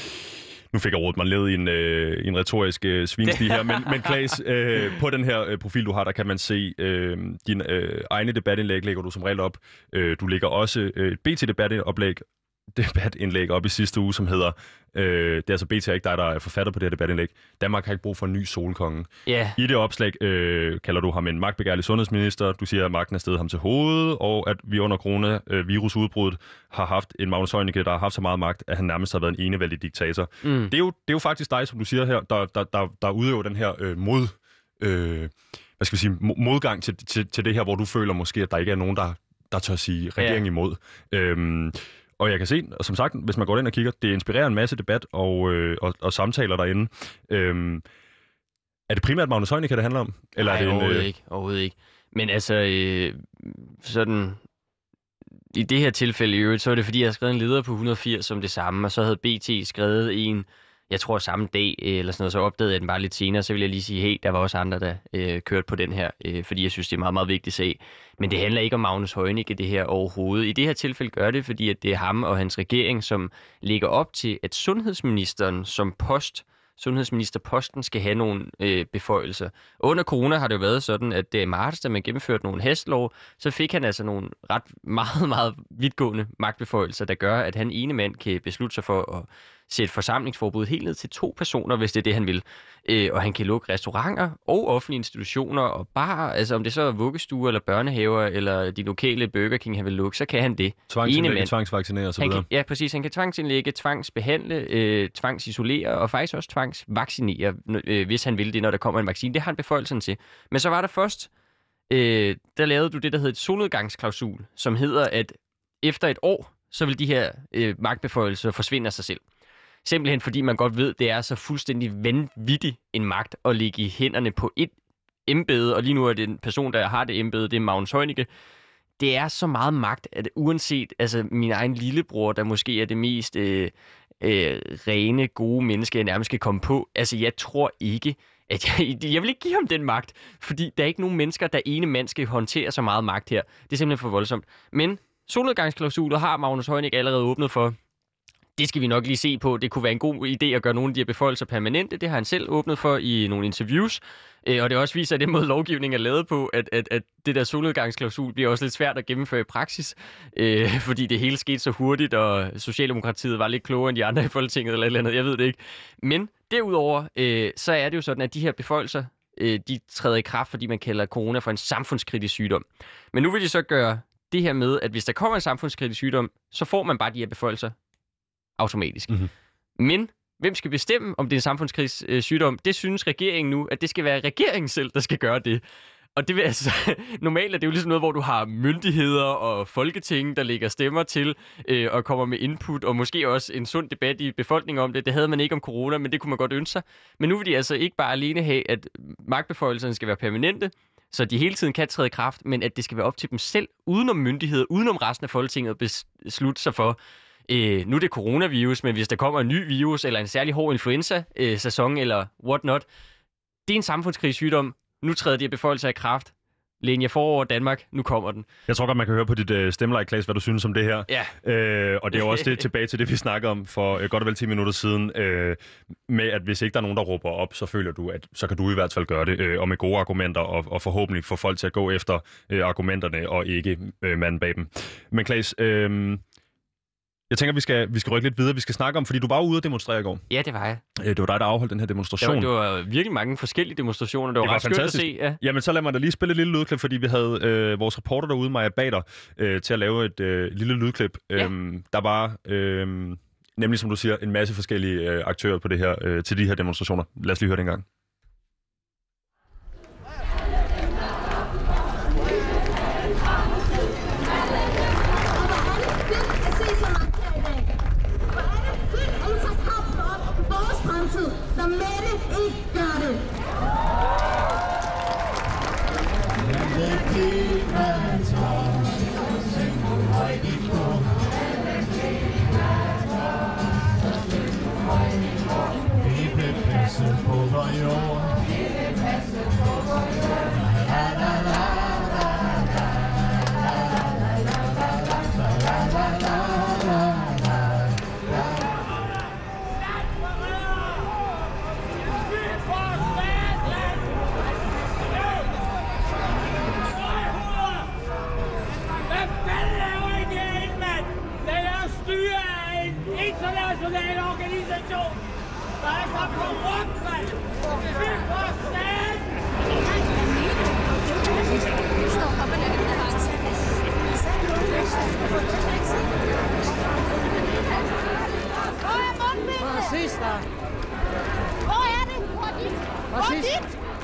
Nu fik jeg rodet mig ned i en, øh, en retorisk øh, svinstig her, men, men Klaas, øh, på den her øh, profil, du har, der kan man se øh, dine øh, egne debatindlæg, lægger du som regel op. Øh, du lægger også øh, et B T-debatindlæg debatindlæg op i sidste uge, som hedder, øh, det er altså B T, ikke dig, der er forfatter på det her debatindlæg. Danmark har ikke brug for en ny solkonge.
Yeah.
I det opslag øh, kalder du ham en magtbegærlig sundhedsminister. Du siger, at magten er steget ham til hovedet, og at vi under coronavirusudbruddet har haft en Magnus Heunicke, der har haft så meget magt, at han nærmest har været en enevældig diktator. Mm. Det, er jo, det er jo faktisk dig, som du siger her, der, der, der, der udøver den her øh, mod, øh, hvad skal vi sige, modgang til, til, til det her, hvor du føler måske, at der ikke er nogen, der, der tør sige regeringen yeah. imod. Øhm, Og jeg kan se, og som sagt, hvis man går ind og kigger, det inspirerer en masse debat og, øh, og, og samtaler derinde. Øhm, er det primært Magnus Heunicke, det handler om?
Eller Nej, er det
en,
overhovedet
øh...
ikke. Overhovedet ikke. Men altså, øh, sådan... I det her tilfælde i øvrigt, så var det fordi, jeg havde skrevet en leder på et hundrede og firs som det samme, og så havde B T skrevet en, jeg tror samme dag, eller sådan noget, så opdagede jeg den bare lidt senere, så vil jeg lige sige, hey, der var også andre, der øh, kørte på den her, øh, fordi jeg synes, det er meget, meget vigtigt at se. Men det handler ikke om Magnus Heunicke, det her overhovedet. I det her tilfælde gør det, fordi at det er ham og hans regering, som lægger op til, at sundhedsministeren som post, sundhedsministerposten skal have nogle øh, beføjelser. Under corona har det jo været sådan, at det i marts, da man gennemførte nogle hastelov, så fik han altså nogle ret meget, meget vidtgående magtbeføjelser, der gør, at han ene mand kan beslutte sig for at sætte forsamlingsforbud helt ned til to personer, hvis det er det, han vil. Øh, og han kan lukke restauranter og offentlige institutioner og bare, altså om det så er vuggestuer eller børnehaver eller de lokale Burger King, han vil lukke, så kan han det.
Tvangsindlægge, tvangsvaccinere og så videre.
Ja, præcis. Han kan tvangsindlægge, tvangsbehandle, øh, tvangsisolere og faktisk også tvangsvaccinere, øh, hvis han vil det, når der kommer en vaccine. Det har han beføjelsen til. Men så var der først, øh, der lavede du det, der hedder et solnedgangsklausul, som hedder, at efter et år, så vil de her øh, magtbeføjelser forsvinde af sig selv. Simpelthen fordi man godt ved, det er så fuldstændig vanvittig en magt at ligge i hænderne på et embede, og lige nu er det en person, der har det embede, det er Magnus Heunicke. Det er så meget magt, at uanset altså min egen lillebror, der måske er det mest øh, øh, rene, gode menneske, jeg nærmest skal komme på, altså jeg tror ikke, at jeg, jeg vil ikke give ham den magt, fordi der er ikke nogen mennesker, der ene mand skal håndtere så meget magt her. Det er simpelthen for voldsomt. Men solnedgangsklausuler har Magnus Heunicke allerede åbnet for. Det skal vi nok lige se på. Det kunne være en god idé at gøre nogle af de her beføjelser permanente. Det har han selv åbnet for i nogle interviews. Øh, og det også viser, at den måde lovgivningen er lavet på, at, at, at det der solnedgangsklausul bliver også lidt svært at gennemføre i praksis. Øh, fordi det hele skete så hurtigt, og Socialdemokratiet var lidt klogere end de andre i Folketinget eller et eller andet. Jeg ved det ikke. Men derudover, øh, så er det jo sådan, at de her beføjelser, øh, de træder i kraft, fordi man kalder corona for en samfundskritisk sygdom. Men nu vil de så gøre det her med, at hvis der kommer en samfundskritisk sygdom, så får man bare de her beføjelser automatisk. Mm-hmm. Men hvem skal bestemme, om det er en samfundskritisk øh, sygdom? Det synes regeringen nu, at det skal være regeringen selv, der skal gøre det. Og det vil altså, normalt er det jo ligesom noget, hvor du har myndigheder og folketing, der lægger stemmer til øh, og kommer med input, og måske også en sund debat i befolkningen om det. Det havde man ikke om corona, men det kunne man godt ønske sig. Men nu vil de altså ikke bare alene have, at magtbeføjelserne skal være permanente, så de hele tiden kan træde i kraft, men at det skal være op til dem selv, udenom myndigheder, udenom resten af Folketinget, at beslutte sig for, Øh, nu er det coronavirus, men hvis der kommer en ny virus, eller en særlig hård influenza-sæson, øh, eller what not, det er en samfundskritisk sygdom. Nu træder de her beføjelser i kraft. Læn jer forover Danmark, nu kommer den.
Jeg tror godt, man kan høre på dit øh, stemmeleje, Klaas, hvad du synes om det her.
Ja.
Øh, og det er jo også det tilbage til det, vi snakkede om for øh, godt og vel ti minutter siden, øh, med at hvis ikke der er nogen, der råber op, så føler du, at så kan du i hvert fald gøre det, øh, og med gode argumenter, og, og forhåbentlig få folk til at gå efter øh, argumenterne, og ikke øh, manden bag dem. Men Klaas, øh, jeg tænker, vi skal, vi skal rykke lidt videre. Vi skal snakke om, fordi du var ude at demonstrere i går.
Ja, det var jeg.
Det var dig, der afholdt den her demonstration.
Det var, det var virkelig mange forskellige demonstrationer. Det var, det var ret skønt at se. Ja.
Jamen, så lad mig da lige spille et lille lydklip, fordi vi havde øh, vores reporter derude, Maja Bader, øh, til at lave et øh, lille lydklip. Ja. Øhm, der var, øh, nemlig som du siger, en masse forskellige øh, aktører på det her, øh, til de her demonstrationer. Lad os lige høre det en gang.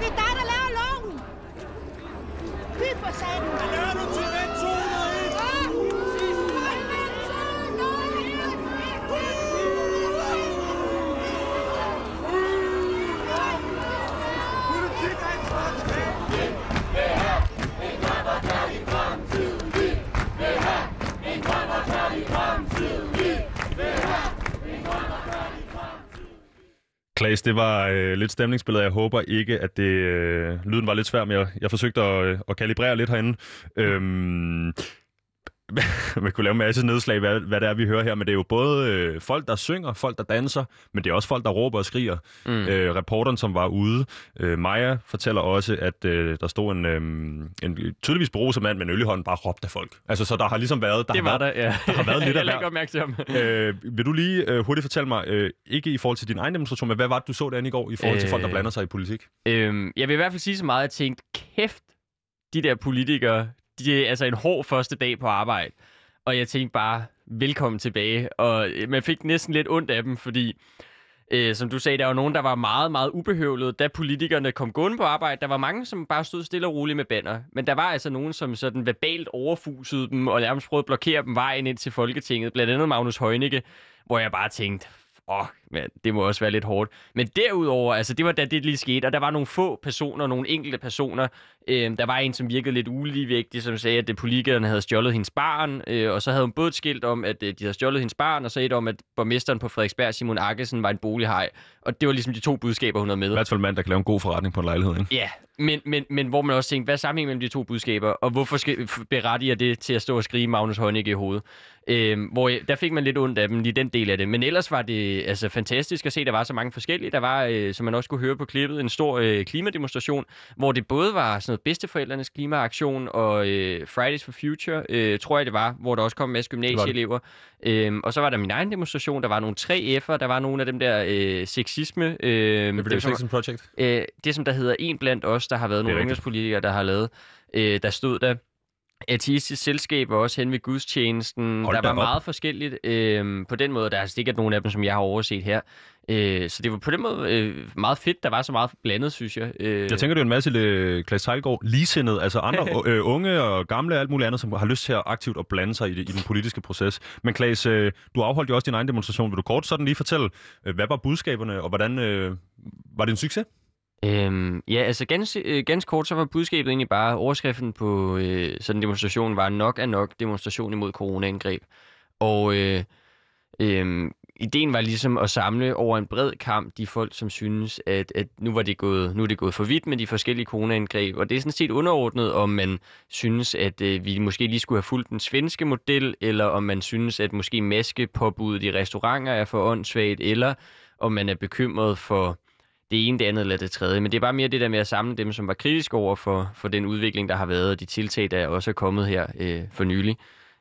Det er dig, der laver loven. Fy for satan.
Hvad laver du til den to nul et? Politik er en fortsæt. Vi vil have en grøn og færdig fremtid. Vi vil have en grøn og færdig fremtid. Vi vil have en grøn og færdig fremtid.
Claes, det var øh, lidt stemningsbillede. Jeg håber ikke, at det øh, lyden var lidt svær, men jeg, jeg forsøgte at, øh, at kalibrere lidt herinde. Øhm, man kunne lave en masse nedslag, hvad, hvad det er, vi hører her, men det er jo både øh, folk, der synger, folk, der danser, men det er også folk, der råber og skriger. Mm. Øh, reporteren, som var ude, øh, Maja, fortæller også, at øh, der stod en, øh, en tydeligvis beruset mand med en øl i hånden, bare råbte af folk. Altså, så der har ligesom været... Der
det
har
var
været,
der, ja.
Der har været lidt af
jeg er opmærksom.
øh, Vil du lige øh, hurtigt fortælle mig, øh, ikke i forhold til din egen demonstration, men hvad var det, du så derinde i går, i forhold til øh, folk, der blander sig i politik?
Øh, jeg vil i hvert fald sige så meget, at jeg tænkte, kæft, de der politikere, de er altså en hård første dag på arbejde. Og jeg tænkte bare, velkommen tilbage. Og man fik næsten lidt ondt af dem, fordi, øh, som du sagde, der var nogen, der var meget, meget ubehøvlet. Da politikerne kom gående på arbejde, der var mange, som bare stod stille og roligt med banner. Men der var altså nogen, som sådan verbalt overfusede dem, og nærmest prøvede at blokere dem vejen ind til Folketinget. Blandt andet Magnus Heunicke, hvor jeg bare tænkte... Åh, oh, man, det må også være lidt hårdt. Men derudover, altså det var da det lige skete, og der var nogle få personer, nogle enkelte personer. Øh, der var en, som virkede lidt uligevægtig, som sagde, at det politikerne havde stjålet hendes barn, øh, og så havde hun både et skilt om, at øh, de havde stjålet hendes barn, og så et om, at borgmesteren på Frederiksberg, Simon Akkesen, var en bolighaj. Og det var ligesom de to budskaber, hun havde med.
I hvert fald mand, der kan lave en god forretning på en lejlighed, ikke?
Ja, men, men, men hvor man også tænkte, hvad er sammenhængen mellem de to budskaber, og hvorfor skal, berettiger det til at stå og skrige Magnus Heunicke i hovedet? Øh, hvor jeg, der fik man lidt ondt af dem, lige den del af det. Men ellers var det altså fantastisk at se, at der var så mange forskellige. Der var, øh, som man også kunne høre på klippet, en stor øh, klimademonstration, hvor det både var sådan noget bedsteforældrenes klimaaktion og øh, Fridays for Future, øh, tror jeg det var, hvor der også kom en masse gymnasieelever. Øh, og så var der min egen demonstration, der var nogle tre F'er, der var nogle af dem der øh, sexisme. Øh,
det, det, som, project.
Øh, det som der hedder En blandt os, der har været nogle ungdomspolitikere, der har lavet, øh, der stod der. Ateistisk selskab var også hen ved gudstjenesten. Hold der var op. Meget forskelligt øh, på den måde. Der er altså ikke nogen af dem, som jeg har overset her. Øh, så det var på den måde øh, meget fedt. Der var så meget blandet, synes jeg. Øh...
Jeg tænker, det er en masse øh, Claes Teilgaard ligesindede, altså andre øh, unge og gamle og alt muligt andet, som har lyst til at aktivt at blande sig i, det, i den politiske proces. Men Claes, øh, du afholdt jo også din egen demonstration. Vil du kort sådan lige fortælle, øh, hvad var budskaberne, og hvordan øh, var det en succes?
Øhm, ja, altså ganske, øh, ganske kort, så var budskabet egentlig bare, overskriften på øh, sådan en demonstration var nok er nok demonstration imod coronaangreb. Og øh, øh, ideen var ligesom at samle over en bred kamp de folk, som synes, at, at nu, var det gået, nu er det gået for vidt med de forskellige coronaangreb. Og det er sådan set underordnet, om man synes, at øh, vi måske lige skulle have fulgt den svenske model, eller om man synes, at måske maskepåbuddet i restauranter er for åndssvagt, eller om man er bekymret for det ene, det andet eller det tredje. Men det er bare mere det der med at samle dem, som var kritiske over for, for den udvikling, der har været, og de tiltag, der også er kommet her øh, for nylig.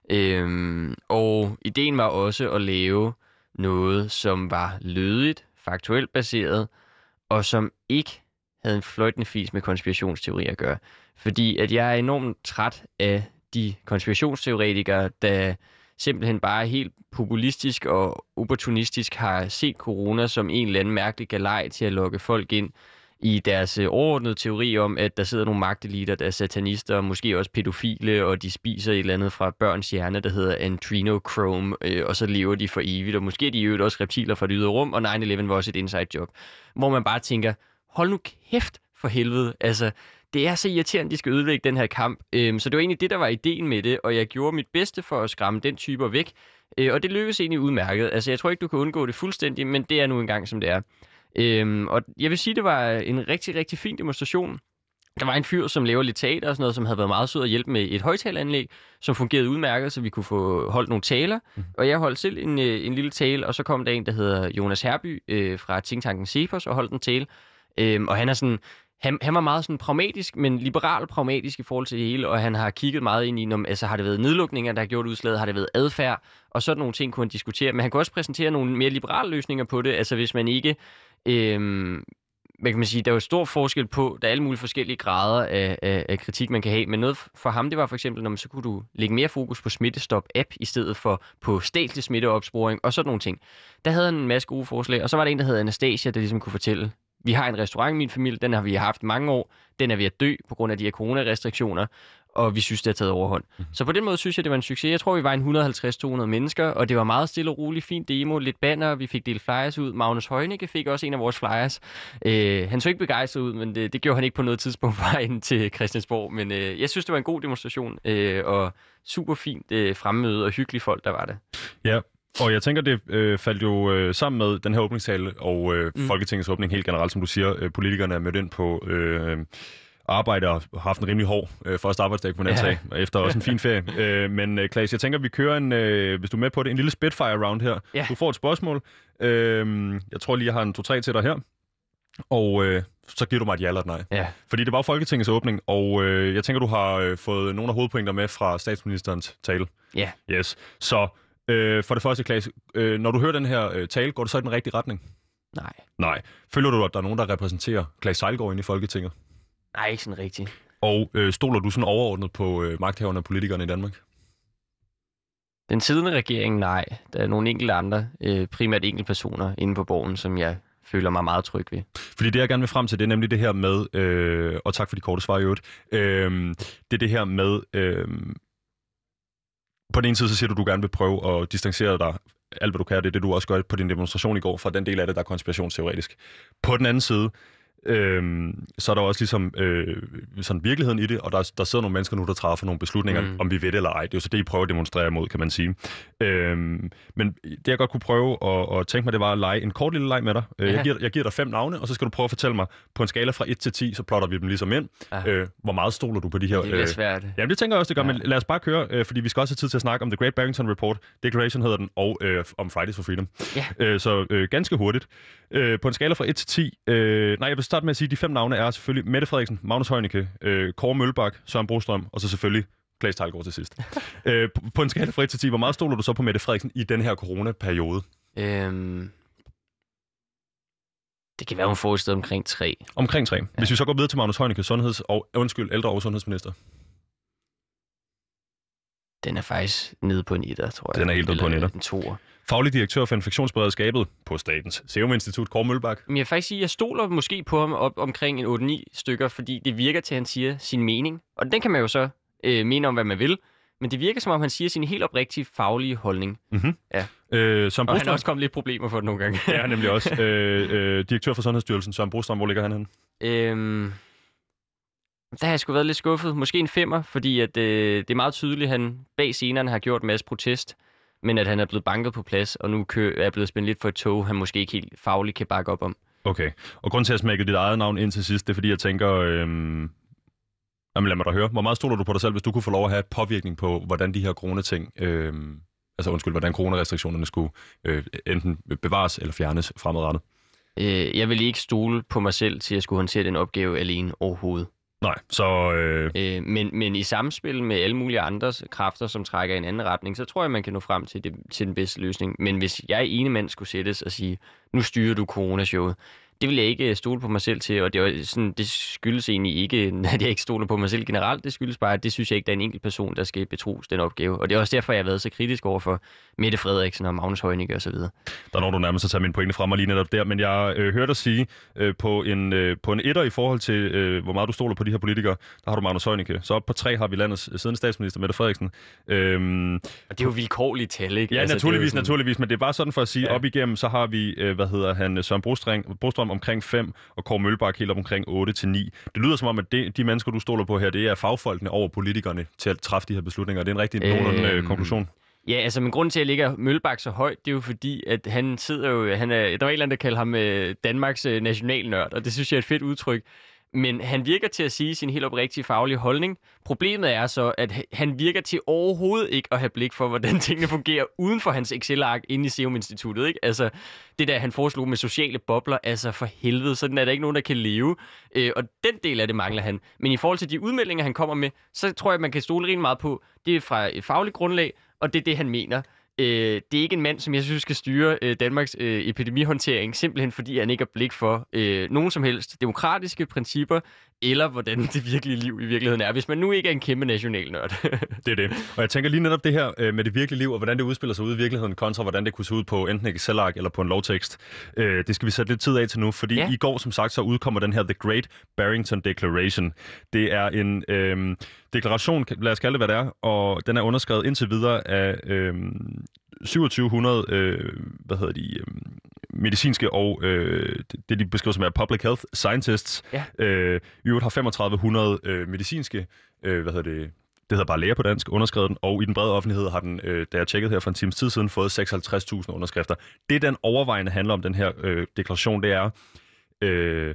Øhm, og ideen var også at lave noget, som var lødigt, faktuelt baseret, og som ikke havde en fløjtende fis med konspirationsteorier at gøre. Fordi at jeg er enormt træt af de konspirationsteoretikere, der simpelthen bare helt populistisk og opportunistisk har set corona som en eller anden mærkelig galej til at lokke folk ind i deres overordnede teori om, at der sidder nogle magteliter, der er satanister, og måske også pædofile, og de spiser et eller andet fra børns hjerne, der hedder adrenochrome, øh, og så lever de for evigt, og måske er de jo også reptiler fra det ydre rum, og nine eleven var også et inside job. Hvor man bare tænker, hold nu kæft for helvede, altså det er så irriterende, de skal ødelægge den her kamp. Øhm, så det var egentlig det, der var ideen med det, og jeg gjorde mit bedste for at skræmme den typer væk. Øh, og det lykkedes egentlig udmærket. Altså, jeg tror ikke, du kan undgå det fuldstændig, men det er nu engang, som det er. Øhm, og jeg vil sige, det var en rigtig, rigtig fin demonstration. Der var en fyr, som laver lidt teater og sådan noget, som havde været meget sød at hjælpe med et højtaleranlæg, som fungerede udmærket, så vi kunne få holdt nogle taler. Mm. Og jeg holdt selv en, en lille tale, og så kom der en, der hedder Jonas Herby øh, fra Tænktanken Cepos og holdt en tale. Øhm, og han er sådan... Han, han var meget sådan pragmatisk, men liberal pragmatisk i forhold til det hele, og han har kigget meget ind i, om altså, har det været nedlukninger, der har gjort udslaget, har det været adfærd, og sådan nogle ting kunne han diskutere. Men han kunne også præsentere nogle mere liberale løsninger på det, altså hvis man ikke... Øhm, hvad kan man sige, der er jo stor forskel på, der er alle mulige forskellige grader af, af, af kritik, man kan have, men noget for ham, det var for eksempel, når man så kunne du lægge mere fokus på Smittestop-app, i stedet for på statslig smitteopsporing, og sådan nogle ting. Der havde han en masse gode forslag, og så var der en, der hed Anastasia, der ligesom kunne fortælle, vi har en restaurant i min familie, den har vi haft mange år, den er ved at dø på grund af de her coronarestriktioner, og vi synes, det har taget overhånd. Mm. Så på den måde synes jeg, det var en succes. Jeg tror, vi var en et hundrede og halvtreds til to hundrede mennesker, og det var meget stille og roligt, fint demo, lidt banner, vi fik delt flyers ud. Magnus Heunicke fik også en af vores flyers. Øh, han så ikke begejstret ud, men det, det gjorde han ikke på noget tidspunkt vejen til Christiansborg. Men øh, jeg synes, det var en god demonstration, øh, og super fint øh, fremmøde og hyggelige folk, der var der.
Ja. Og jeg tænker, det øh, faldt jo øh, sammen med den her åbningstale og øh, mm. Folketingets åbning helt generelt, som du siger. Øh, politikerne er mødt ind på øh, arbejde og har haft en rimelig hård øh, første arbejdsdag på natsag, ja. Efter også en fin ferie. øh, men øh, Claes, jeg tænker, vi kører en, øh, hvis du er med på det, en lille Spitfire-round her. Ja. Du får et spørgsmål. Øh, jeg tror lige, jeg har en to-tre til dig her. Og øh, så giver du mig et ja eller et nej.
Ja.
Fordi det var Folketingets åbning, og øh, jeg tænker, du har øh, fået nogle af hovedpointer med fra statsministerens tale.
Ja.
Yes. Så øh, for det første, Claes, øh, når du hører den her øh, tale, går det så i den rigtige retning?
Nej.
Nej. Føler du, at der er nogen, der repræsenterer Claes Sejlgaard inde i Folketinget?
Nej, ikke sådan rigtigt.
Og øh, stoler du sådan overordnet på øh, magthaverne og politikerne i Danmark?
Den siddende regering, nej. Der er nogle enkelte andre, øh, primært enkelte personer inde på borgen, som jeg føler mig meget tryg ved. Fordi
det, jeg gerne vil frem til, det er nemlig det her med, øh, og tak for de korte svar i øvrigt, øh, det er det her med, øh, på den ene side, så siger du, at du gerne vil prøve at distancere dig alt, hvad du kan, det er det, du også gør på din demonstration i går, fra den del af det, der er konspirationsteoretisk. På den anden side, Øhm, så er der også ligesom øh, sådan virkeligheden i det, og der, der sidder nogle mennesker nu, der træffer nogle beslutninger, mm. om vi ved det eller ej. Det er jo så det, I prøver at demonstrere imod, kan man sige. Øhm, men det, jeg godt kunne prøve at, at tænke mig, det var at lege en kort lille leg med dig. Ja. Jeg, giver, jeg giver dig fem navne, og så skal du prøve at fortælle mig, på en skala fra et til ti, så plotter vi dem ligesom ind. Ja. Øh, hvor meget stoler du på de her...
Det bliver svært.
Øh, jamen, det tænker jeg også, det gør, ja. Men lad os bare køre, øh, fordi vi skal også have tid til at snakke om The Great Barrington Report. Declaration hedder den, og øh, om Fridays for Freedom.
Ja.
Øh, så øh, ganske hurtigt. Øh, på en skala fra et til ti... Øh, nej, jeg vil starte med at sige, at de fem navne er selvfølgelig Mette Frederiksen, Magnus Heunicke, øh, Kåre Mølbak, Søren Brostrøm, og så selvfølgelig Claes Sejlgaard til sidst. øh, på, på en skala fra et til ti, hvor meget stoler du så på Mette Frederiksen i den her coronaperiode?
Øhm, det kan være, hun får et sted omkring tre.
Omkring tre. Ja. Hvis vi så går videre til Magnus Heunicke, sundheds- og, undskyld, ældre- og sundhedsminister.
Den er faktisk nede på en etter, tror jeg.
Den er helt nede på en etter.
En toer.
Faglig direktør for infektionsberedskabet på Statens Serum Institut, Kåre Mølbak.
Men jeg vil faktisk sige, at jeg stoler måske på ham op omkring en otte ni stykker, fordi det virker til, at han siger sin mening. Og den kan man jo så øh, mene om, hvad man vil. Men det virker, som om han siger sin helt oprigtige faglige holdning.
Mm-hmm.
Ja.
Øh, Søren
og han har også kommet lidt problemer for det nogle gange.
Ja, nemlig også. Øh, øh, direktør for Sundhedsstyrelsen, Søren Brostrøm, hvor ligger han henne?
Øhm, der har jeg sgu været lidt skuffet. Måske en femmer, fordi at, øh, det er meget tydeligt, at han bag scenerne har gjort en masse protest, men at han er blevet banket på plads, og nu kø- er blevet spændt lidt for et tog, han måske ikke helt fagligt kan bakke op om.
Okay. Og grunden til at smække dit eget navn ind til sidst, det er fordi, jeg tænker... Øhm Jamen lad mig da høre. Hvor meget stoler du på dig selv, hvis du kunne få lov at have påvirkning på, hvordan de her coronating, øh, altså undskyld, hvordan coronarestriktionerne skulle øh, enten bevares eller fjernes fremadrettet?
Øh, jeg vil ikke stole på mig selv til at skulle håndtere den opgave alene overhovedet.
Nej, så... Øh...
Øh, men, men i samspil med alle mulige andre kræfter, som trækker i en anden retning, så tror jeg, man kan nå frem til, det, til den bedste løsning. Men hvis jeg ene mand skulle sættes og sige, nu styrer du coronashowet, det vil jeg ikke stole på mig selv til, og det, er sådan, det skyldes egentlig ikke, at jeg ikke stoler på mig selv generelt. Det skyldes bare, at det synes jeg ikke, der er en enkelt person, der skal betros den opgave. Og det er også derfor, jeg har været så kritisk over for Mette Frederiksen og Magnus Heunicke osv.
Der når du nærmest at tage mine pointe fra mig lige netop der, men jeg øh, hørte dig sige, øh, på, en, øh, på en etter i forhold til, øh, hvor meget du stoler på de her politikere, der har du Magnus Heunicke. Så op på tre har vi landets siddende statsminister, Mette Frederiksen. Øhm,
og det er jo vilkårlige tal, ikke?
Ja, altså, naturligvis, sådan... naturligvis, men det er bare sådan for at sige, ja. Op igennem, så har vi, øh, hvad hedder han, Søren Brostrøm, Brostrøm omkring fem, og Kåre Mølbak helt op omkring otte til ni. Det lyder som om, at det, de mennesker, du stoler på her, det er fagfolkene over politikerne til at træffe de her beslutninger. Det er en rigtig øhm... nogenlunde øh, konklusion.
Ja, altså, men grunden til, at jeg ligger Mølbak så højt, det er jo fordi, at han sidder jo... Han er, der var en eller anden, der kalder ham øh, Danmarks øh, nationalnørd, og det synes jeg er et fedt udtryk. Men han virker til at sige sin helt oprigtige faglige holdning. Problemet er så, at han virker til overhovedet ikke at have blik for, hvordan tingene fungerer uden for hans Excel-ark inde i Serum Instituttet, ikke? Altså, det der, han foreslog med sociale bobler, altså for helvede, sådan er der ikke nogen, der kan leve. Øh, og den del af det mangler han. Men i forhold til de udmeldinger, han kommer med, så tror jeg, man kan stole rimelig meget på, det er fra et fagligt grundlag, og det er det, han mener. Øh, det er ikke en mand, som jeg synes skal styre øh, Danmarks øh, epidemihåndtering, simpelthen fordi han ikke har blik for øh, nogen som helst demokratiske principper, eller hvordan det virkelige liv i virkeligheden er, hvis man nu ikke er en kæmpe nationalnørd.
Det er det. Og jeg tænker lige netop det her øh, med det virkelige liv, og hvordan det udspiller sig ude i virkeligheden, kontra hvordan det kunne se ud på enten et Excel-ark eller på en lovtekst. Øh, det skal vi sætte lidt tid af til nu, fordi ja. i går, som sagt, så udkommer den her The Great Barrington Declaration. Det er en øh, deklaration, lad os kalde det, hvad det er, og den er underskrevet indtil videre af øh, syvogtyve hundrede øh, hvad hedder de, øh, medicinske og øh, det, de beskriver som er public health scientists. Ja. Øh, I øvrigt har femogtredive hundrede øh, medicinske, øh, hvad hedder det, det hedder bare læger på dansk, underskrevet den, og i den brede offentlighed har den, øh, da jeg tjekkede her for en times tid siden, fået seksoghalvtreds tusind underskrifter. Det, den overvejende handler om, den her øh, deklaration, det er, øh,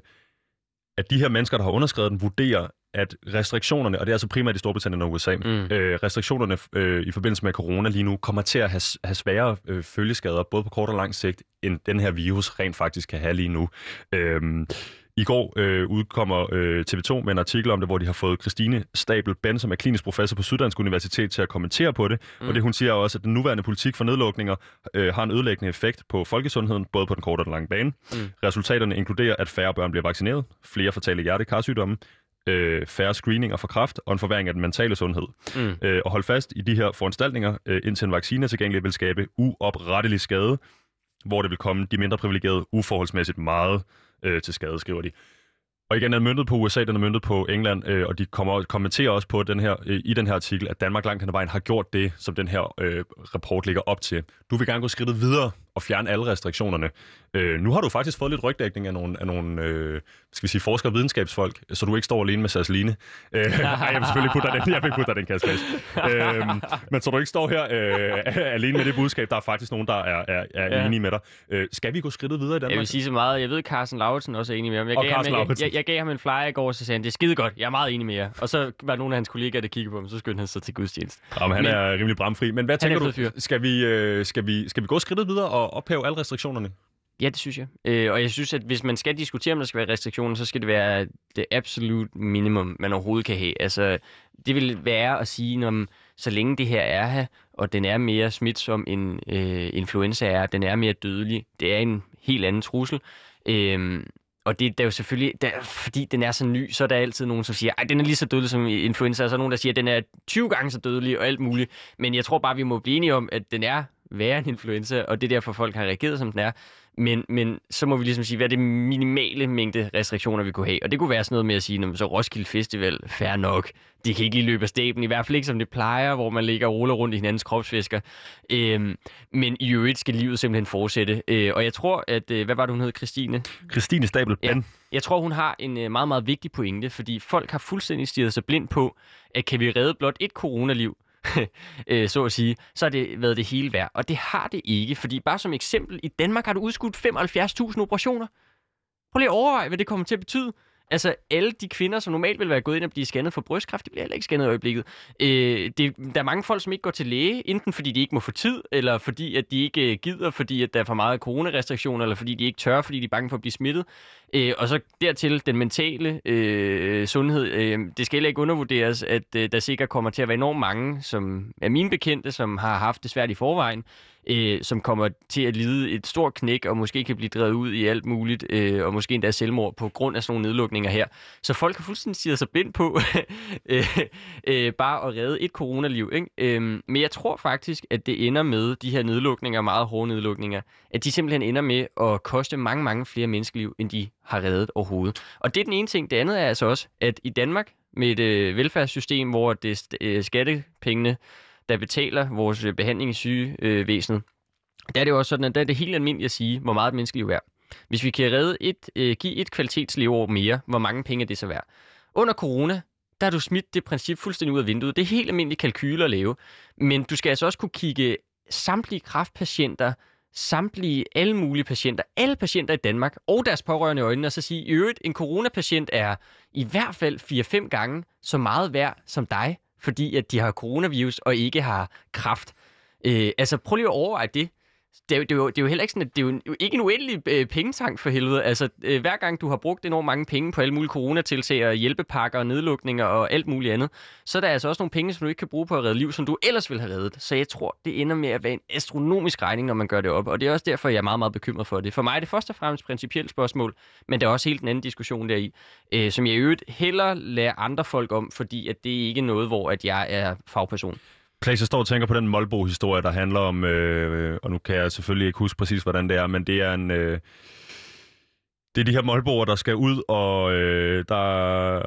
at de her mennesker, der har underskrevet den, vurderer, at restriktionerne, og det er altså primært i Storbritannien og U S A, mm. øh, restriktionerne øh, i forbindelse med corona lige nu kommer til at have, have svære øh, følgeskader, både på kort og lang sigt, end den her virus rent faktisk kan have lige nu. Øhm, I går øh, udkommer øh, T V to med en artikel om det, hvor de har fået Christine Stabel-Ben, som er klinisk professor på Syddansk Universitet, til at kommentere på det. Mm. Og det hun siger også, at den nuværende politik for nedlukninger øh, har en ødelæggende effekt på folkesundheden, både på den korte og den lange bane. Mm. Resultaterne inkluderer, at færre børn bliver vaccineret, flere fatale hjerte-karsygdomme, Øh, færre screeninger for kræft og en forværring af den mentale sundhed. Mm. Øh, og hold fast i de her foranstaltninger, øh, indtil en vaccine er tilgængelig, vil skabe uoprettelig skade, hvor det vil komme de mindre privilegerede uforholdsmæssigt meget øh, til skade, skriver de. Og igen er møntet på U S A, den er møntet på England, øh, og de kommer kommenterer også på den her, øh, i den her artikel, at Danmark langt hen ad vejen har gjort det, som den her øh, rapport ligger op til. Du vil gerne gå skridtet videre og fjerne alle restriktionerne. Øh, nu har du faktisk fået lidt rygdækning af nogle, af nogle øh, skal vi sige, forskere og videnskabsfolk, så du ikke står alene med Sasseline. Øh, jeg vil selvfølgelig putte dig den, jeg vil putte dig den kasse. øh, men så du ikke står her øh, alene med det budskab, der er faktisk nogen, der er, er, er ja. enige med dig. Øh, skal vi gå skridtet videre i Danmark?
Jeg vil sige så meget. Jeg ved, Carsten Lauritsen også er enig med ham. Jeg,
og
gav ham,
jeg,
jeg, jeg gav ham en flyer i går, og så sagde han, det er skide godt. Jeg er meget enig med jer. Og så var nogle af hans kollegaer, der kiggede på ham, så skyndte han sig til gudstjeneste.
Jamen, han men, er rimelig bramfri. Men hvad tænker du? Skal vi, øh, skal, vi, skal vi gå skridtet videre og ophæve alle restriktionerne?
Ja, det synes jeg. Øh, og jeg synes, at hvis man skal diskutere, om der skal være restriktioner, så skal det være det absolut minimum, man overhovedet kan have. Altså, det vil være at sige, om så længe det her er her, og den er mere smitsom end øh, influenza er, den er mere dødelig, det er en helt anden trussel. Øh, Og det der er jo selvfølgelig, der, fordi den er så ny, så er der altid nogen, som siger, at den er lige så dødelig som influenza, og så er nogen, der siger, at den er tyve gange så dødelig og alt muligt. Men jeg tror bare, vi må blive enige om, at den er værre end influenza, og det er derfor, folk har reageret, som den er. Men, men så må vi ligesom sige, hvad er det minimale mængde restriktioner, vi kunne have? Og det kunne være sådan noget med at sige, så Roskilde Festival, fair nok. De kan ikke lige løbe af staben, i hvert fald ikke som det plejer, hvor man ligger og ruller rundt i hinandens kropsvæsker. Øhm, men i øvrigt skal livet simpelthen fortsætte. Øh, og jeg tror, at, øh, hvad var det, hun hed, Christine?
Christine Stabel-Ben. Ja,
jeg tror, hun har en øh, meget, meget vigtig pointe, fordi folk har fuldstændig stirret sig blind på, at kan vi redde blot et coronaliv, øh, så at sige, så har det været det hele værd. Og det har det ikke, fordi bare som eksempel, i Danmark har du udskudt femoghalvfjerds tusind operationer. Prøv lige at overveje, hvad det kommer til at betyde. Altså, alle de kvinder, som normalt vil være gået ind og blive scannet for brystkræft, de bliver heller ikke scannet i øjeblikket. Øh, det, der er mange folk, som ikke går til læge, enten fordi de ikke må få tid, eller fordi at de ikke gider, fordi at der er for meget coronarestriktioner, eller fordi de ikke tør, fordi de er bange for at blive smittet. Øh, og så dertil den mentale øh, sundhed. Øh, det skal heller ikke undervurderes, at øh, der sikkert kommer til at være enormt mange, som er mine bekendte, som har haft det svært i forvejen, øh, som kommer til at lide et stort knæk, og måske kan blive drevet ud i alt muligt, øh, og måske endda selvmord på grund af sådan nogle nedlukninger her. Så folk har fuldstændig stirret sig blind på øh, øh, bare at redde et coronaliv. Ikke? Øh, men jeg tror faktisk, at det ender med de her nedlukninger, meget hårde nedlukninger, at de simpelthen ender med at koste mange, mange flere menneskeliv, end de har reddet overhovedet. Og det er den ene ting. Det andet er altså også, at i Danmark med et øh, velfærdssystem, hvor det er øh, skattepengene, der betaler vores behandling i sygevæsenet, der er det jo også sådan, at der er det helt almindeligt at sige, hvor meget et menneskeliv er. Hvis vi kan redde et, øh, give et kvalitetsleveår mere, hvor mange penge er det så værd? Under corona, der har du smidt det princip fuldstændig ud af vinduet. Det er helt almindelige kalkyler at lave. Men du skal altså også kunne kigge samtlige kræftpatienter, samtlige, alle mulige patienter, alle patienter i Danmark og deres pårørende i øjnene, og så sige, i øvrigt, en coronapatient er i hvert fald fire fem gange så meget værd som dig, fordi at de har coronavirus og ikke har kræft. Øh, altså prøv lige at overveje det. Det er, jo, det, er jo, det er jo heller ikke sådan, at det er jo ikke en uendelig øh, pengetank for helvede. Altså, øh, hver gang du har brugt enormt mange penge på alle mulige coronatiltag og hjælpepakker og nedlukninger og alt muligt andet, så er der altså også nogle penge, som du ikke kan bruge på at redde liv, som du ellers ville have reddet. Så jeg tror, det ender med at være en astronomisk regning, når man gør det op. Og det er også derfor, jeg er meget, meget bekymret for det. For mig er det først og fremmest principielt spørgsmål, men der er også helt en anden diskussion deri, øh, som jeg i øvrigt hellere lader andre folk om, fordi at det ikke er noget, hvor at jeg er fagperson.
Claes, jeg står og tænker på den Molbo-historie, der handler om, øh, og nu kan jeg selvfølgelig ikke huske præcis, hvordan det er, men det er en... Øh, det er de her Molboer, der skal ud, og øh, der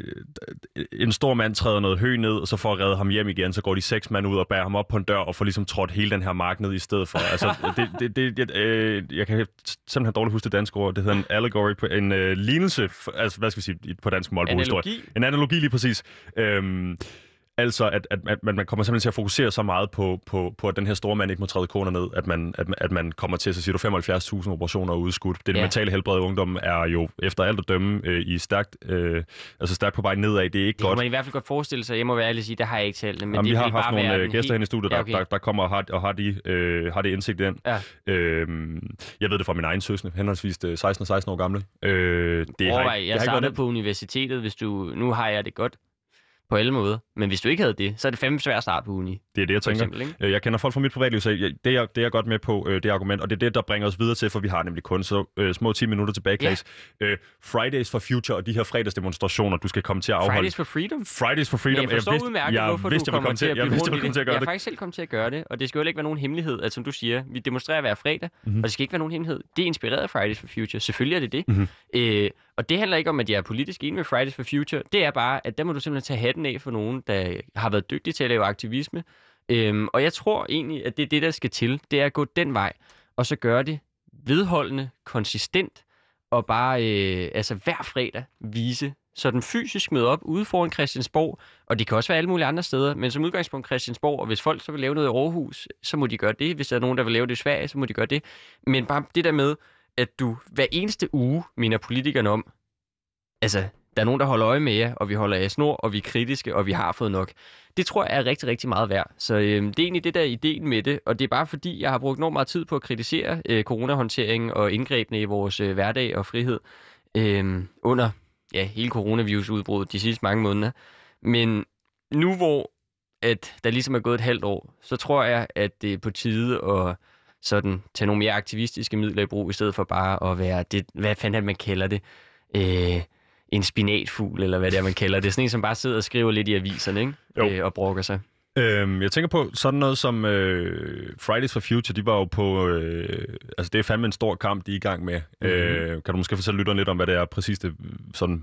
en stor mand træder noget hø ned, og så for at redde ham hjem igen, så går de seks mand ud og bærer ham op på en dør, og får ligesom trådt hele den her mark ned i stedet for. Altså, det, det, det, det, øh, jeg kan simpelthen dårligt huske det danske ord. Det hedder en allegory, en øh, lignelse, altså hvad skal vi sige på dansk Molbo-historie?
Analogi.
En analogi lige præcis. Øhm, Altså, at, at, at man kommer simpelthen til at fokusere så meget på, på, på at den her store mand ikke må træde koner ned, at man, at, at man kommer til, så siger du femoghalvfjerds tusind operationer udskudt. Det, det
ja.
mentale helbred i ungdommen er jo efter alt at dømme øh, i stærkt, øh, altså stærkt på vej nedad. Det er ikke
det
godt.
Det kan man i hvert fald godt forestille sig. Jeg må være ærlig at sige, det har jeg ikke talt. Men
Jamen,
det
vi har haft nogle gæster
helt...
hen i studiet, der,
ja, okay.
der, der kommer og har, og har, de, øh, har det indsigt i den.
Ja.
Øh, jeg ved det fra min egen søskende, henholdsvis seksten og seksten år gamle. Øh, det
Overvej,
har,
jeg,
det
jeg startede på universitetet, hvis du... Nu har jeg det godt. På alle måder. Men hvis du ikke havde det, så er det fandme svært at starte på uni.
Det er det, jeg tænker. Eksempel, jeg kender folk fra mit privatliv, så jeg, det, er, det er jeg godt med på, øh, det argument, og det er det, der bringer os videre til, for vi har nemlig kun så øh, små ti minutter tilbage, Claes. Ja. Øh, Fridays for Future og de her fredagsdemonstrationer, du skal komme til at afholde.
Vidste, for Freedom?
Fridays for Freedom.
Men jeg forstår udmærket, hvorfor
vidste,
du kommer til at blive rundt i det.
Til at gøre
jeg
det.
har faktisk selv kommet til at gøre det, og det skal jo ikke være nogen hemmelighed, at som du siger, vi demonstrerer hver fredag, mm-hmm. og det skal ikke være nogen hemmelighed. Det er inspireret af Fridays for Future. Selvfølgelig er det det. Mm-hmm. Øh, og det handler ikke om, at jeg er politisk enig med Fridays for Future. Det er bare, at der må du simpelthen tage hatten af for nogen, der har været dygtige til at lave aktivisme. Øhm, og jeg tror egentlig, at det er det, der skal til. Det er at gå den vej, og så gøre det vedholdende, konsistent, og bare øh, altså hver fredag vise, så den fysisk møder op ude foran Christiansborg, og det kan også være alle mulige andre steder, men som udgangspunkt Christiansborg, og hvis folk så vil lave noget i Aarhus, så må de gøre det. Hvis der er nogen, der vil lave det i Sverige, så må de gøre det. Men bare det der med, at du hver eneste uge minder politikerne om, altså, der er nogen, der holder øje med jer, og vi holder af snor, og vi er kritiske, og vi har fået nok. Det tror jeg er rigtig, rigtig meget værd. Så øh, det er egentlig det, der er ideen med det, og det er bare fordi, jeg har brugt enormt meget tid på at kritisere øh, coronahåndteringen og indgrebene i vores øh, hverdag og frihed øh, under ja, hele coronavirusudbruddet de sidste mange måneder. Men nu hvor at der ligesom er gået et halvt år, så tror jeg, at det er på tide at sådan, tage nogle mere aktivistiske midler i brug, i stedet for bare at være det, hvad fanden man kalder det, øh, en spinatfugl, eller hvad det er, man kalder det. Sådan en, som bare sidder og skriver lidt i aviserne, ikke? Øh, og brokker sig.
Øhm, jeg tænker på sådan noget som øh, Fridays for Future, de var jo på, øh, altså det er fandme en stor kamp, de er i gang med. Mm-hmm. Øh, kan du måske fortælle lytterne lidt om, hvad det er præcis det sådan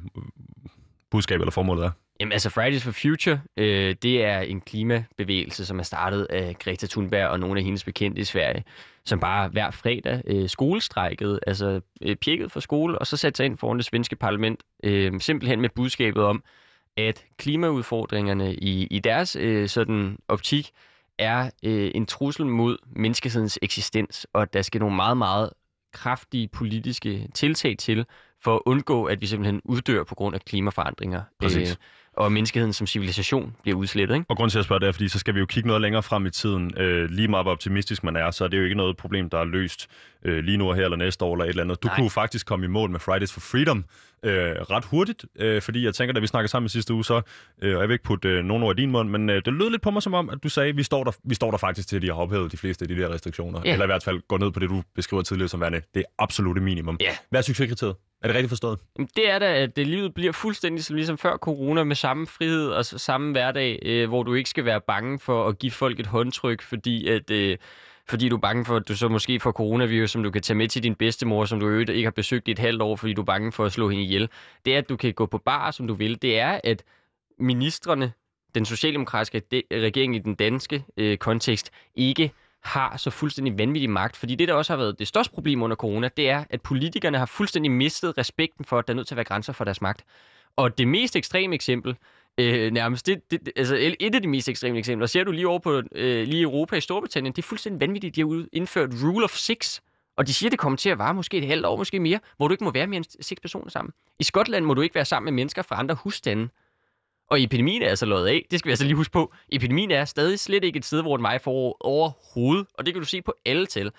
budskab eller formålet er?
Jamen altså Fridays for Future, øh, det er en klimabevægelse, som er startet af Greta Thunberg og nogle af hendes bekendte i Sverige, som bare hver fredag øh, skolestrækkede, altså øh, pjekket for skole, og så satte sig ind foran det svenske parlament, øh, simpelthen med budskabet om, at klimaudfordringerne i, i deres øh, sådan optik er øh, en trussel mod menneskehedens eksistens, og at der skal nogle meget, meget kraftige politiske tiltag til, for at undgå, at vi simpelthen uddør på grund af klimaforandringer.
Præcis.
Øh, og menneskeheden som civilisation bliver udslettet, ikke?
Og grund til at spørge det er, fordi så skal vi jo kigge noget længere frem i tiden. Øh, lige meget hvor optimistisk man er, så er det jo ikke noget problem, der er løst øh, lige nu og her eller næste år eller et eller andet. Du Nej. kunne faktisk komme i mål med Fridays for Freedom øh, ret hurtigt, øh, fordi jeg tænker, da vi snakkede sammen i sidste uge, så, øh, og jeg vil ikke putte øh, nogen ord i din mund, men øh, det lød lidt på mig som om, at du sagde, at vi står der, vi står der faktisk til, at de har ophævet de fleste af de der restriktioner. Yeah. Eller i hvert fald går ned på det, du beskriver tidligere som værende det absolutte minimum.
Yeah.
Hvad er succeskriteriet? Er det rigtigt forstået?
Det er da, at det, livet bliver fuldstændig som ligesom før corona, med samme frihed og samme hverdag, øh, hvor du ikke skal være bange for at give folk et håndtryk, fordi at... Øh, fordi du er bange for, at du så måske får coronavirus, som du kan tage med til din bedstemor, som du ikke har besøgt i et halvt år, fordi du er bange for at slå hende ihjel. Det er, at du kan gå på bar, som du vil. Det er, at ministrene, den socialdemokratiske de- regering i den danske øh, kontekst, ikke har så fuldstændig vanvittig magt. Fordi det, der også har været det største problem under corona, det er, at politikerne har fuldstændig mistet respekten for, at der er nødt til at være grænser for deres magt. Og det mest ekstreme eksempel, øh, nærmest, det, det, altså et af de mest ekstreme eksempler, ser du lige over på øh, lige Europa i Storbritannien, det er fuldstændig vanvittigt, de har indført rule of six, og de siger, det kommer til at vare måske et halvt år, måske mere, hvor du ikke må være mere end seks personer sammen. I Skotland må du ikke være sammen med mennesker fra andre husstande. Og epidemien er altså løjet af. Det skal vi altså lige huske på. Epidemien er stadig slet ikke et sted, hvor den vej får overhovedet. Og det kan du se på alle tal.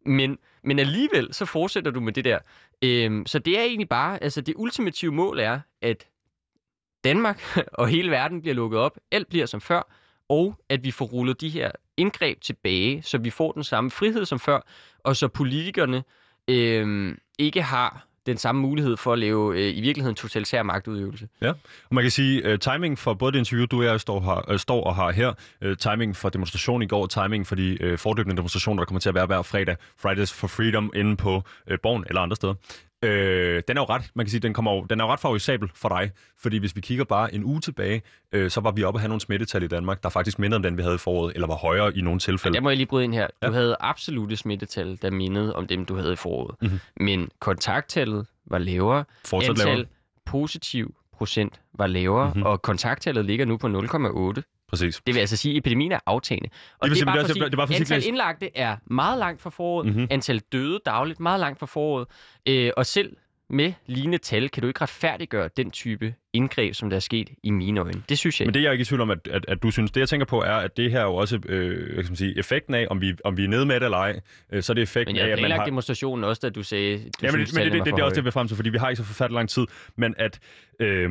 Men, men alligevel, så fortsætter du med det der. Øhm, så det er egentlig bare, altså det ultimative mål er, at Danmark og hele verden bliver lukket op, alt bliver som før, og at vi får rullet de her indgreb tilbage, så vi får den samme frihed som før, og så politikerne øhm, ikke har den samme mulighed for at lave øh, i virkeligheden totalitær magtudøvelse.
Ja, og man kan sige, uh, timing for både det interview, du og jeg står, her, uh, står og har her, uh, timing for demonstrationen i går, timing for de uh, fordøbende demonstrationer, der kommer til at være hver fredag, Fridays for Freedom, inde på uh, Borgen eller andre steder. Øh, den er jo ret, man kan sige, den kommer over, den er jo ret favorisabel for dig, fordi hvis vi kigger bare en uge tilbage, øh, så var vi oppe at have nogle smittetal i Danmark, der faktisk mindre om den, vi havde i foråret, eller var højere i nogle tilfælde.
Ja, der må jeg lige bryde ind her. Du
ja.
havde absolutte smittetal, der mindede om dem, du havde i foråret. Mm-hmm. Men kontakttallet var lavere,
Fortsat
antal
lavere.
positiv procent var lavere, mm-hmm. og kontakttallet ligger nu på nul komma otte.
Præcis.
Det vil altså sige, at epidemien er aftagende. Og det, det er bare for at sige, det, det antal sige, indlagte er meget langt fra foråret, mm-hmm. antal døde dagligt meget langt fra foråret, øh, og selv med lignende tal kan du ikke retfærdiggøre den type indgreb, som der er sket i mine øjne. Det synes jeg.
Men det er jeg ikke i tvivl om, at, at, at du synes. Det jeg tænker på er, at det her er jo også øh, kan man sige, effekten af, om vi, om vi er nede med det eller ej, øh, så er det effekten af,
at man har... Men jeg har
har...
demostrationen også, da du sagde, du
ja, men,
synes,
men det, det, det, det er også det, vi er frem til, fordi vi har ikke så forfærdelig lang tid, men at øh,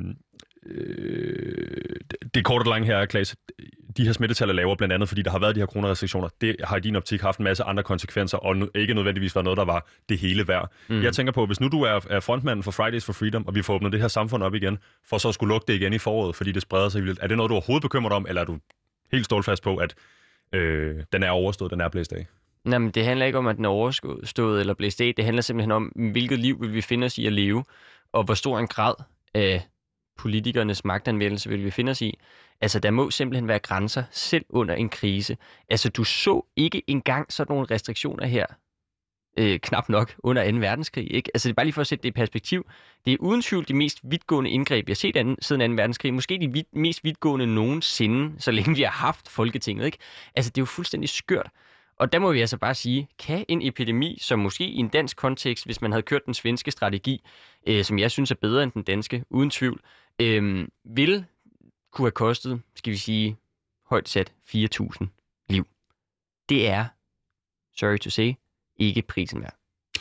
øh, det korte og lange her er, Claes, de her smittetal er lavere, blandt andet fordi der har været de her coronarestriktioner. Det har i din optik haft en masse andre konsekvenser, og nu, ikke nødvendigvis var noget, der var det hele værd. Mm. Jeg tænker på, hvis nu du er, er frontmanden for Fridays for Freedom, og vi får åbnet det her samfund op igen, for så at skulle lukke det igen i foråret, fordi det spreder sig vildt. Er det noget, du overhovedet bekymret om, eller er du helt stålfast på, at øh, den er overstået, den er blæst af?
Nej, men det handler ikke om, at den er overstået eller blæst af. Det handler simpelthen om, hvilket liv vil vi finde os i at leve, og hvor stor en grad af politikernes magtanvendelse vil vi finde os i. Altså, der må simpelthen være grænser, selv under en krise. Altså, du så ikke engang sådan nogle restriktioner her, øh, knap nok, under anden verdenskrig, ikke? Altså, det er bare lige for at sætte det i perspektiv. Det er uden tvivl de mest vidtgående indgreb, vi har set anden, siden anden verdenskrig. Måske de vid, mest vidtgående nogensinde, så længe vi har haft Folketinget, ikke? Altså, det er jo fuldstændig skørt. Og der må vi altså bare sige, kan en epidemi, som måske i en dansk kontekst, hvis man havde kørt den svenske strategi, øh, som jeg synes er bedre end den danske, uden tvivl, øh, vil kunne have kostet, skal vi sige, højt sat fire tusind liv. Det er, sorry to say, ikke prisen værd.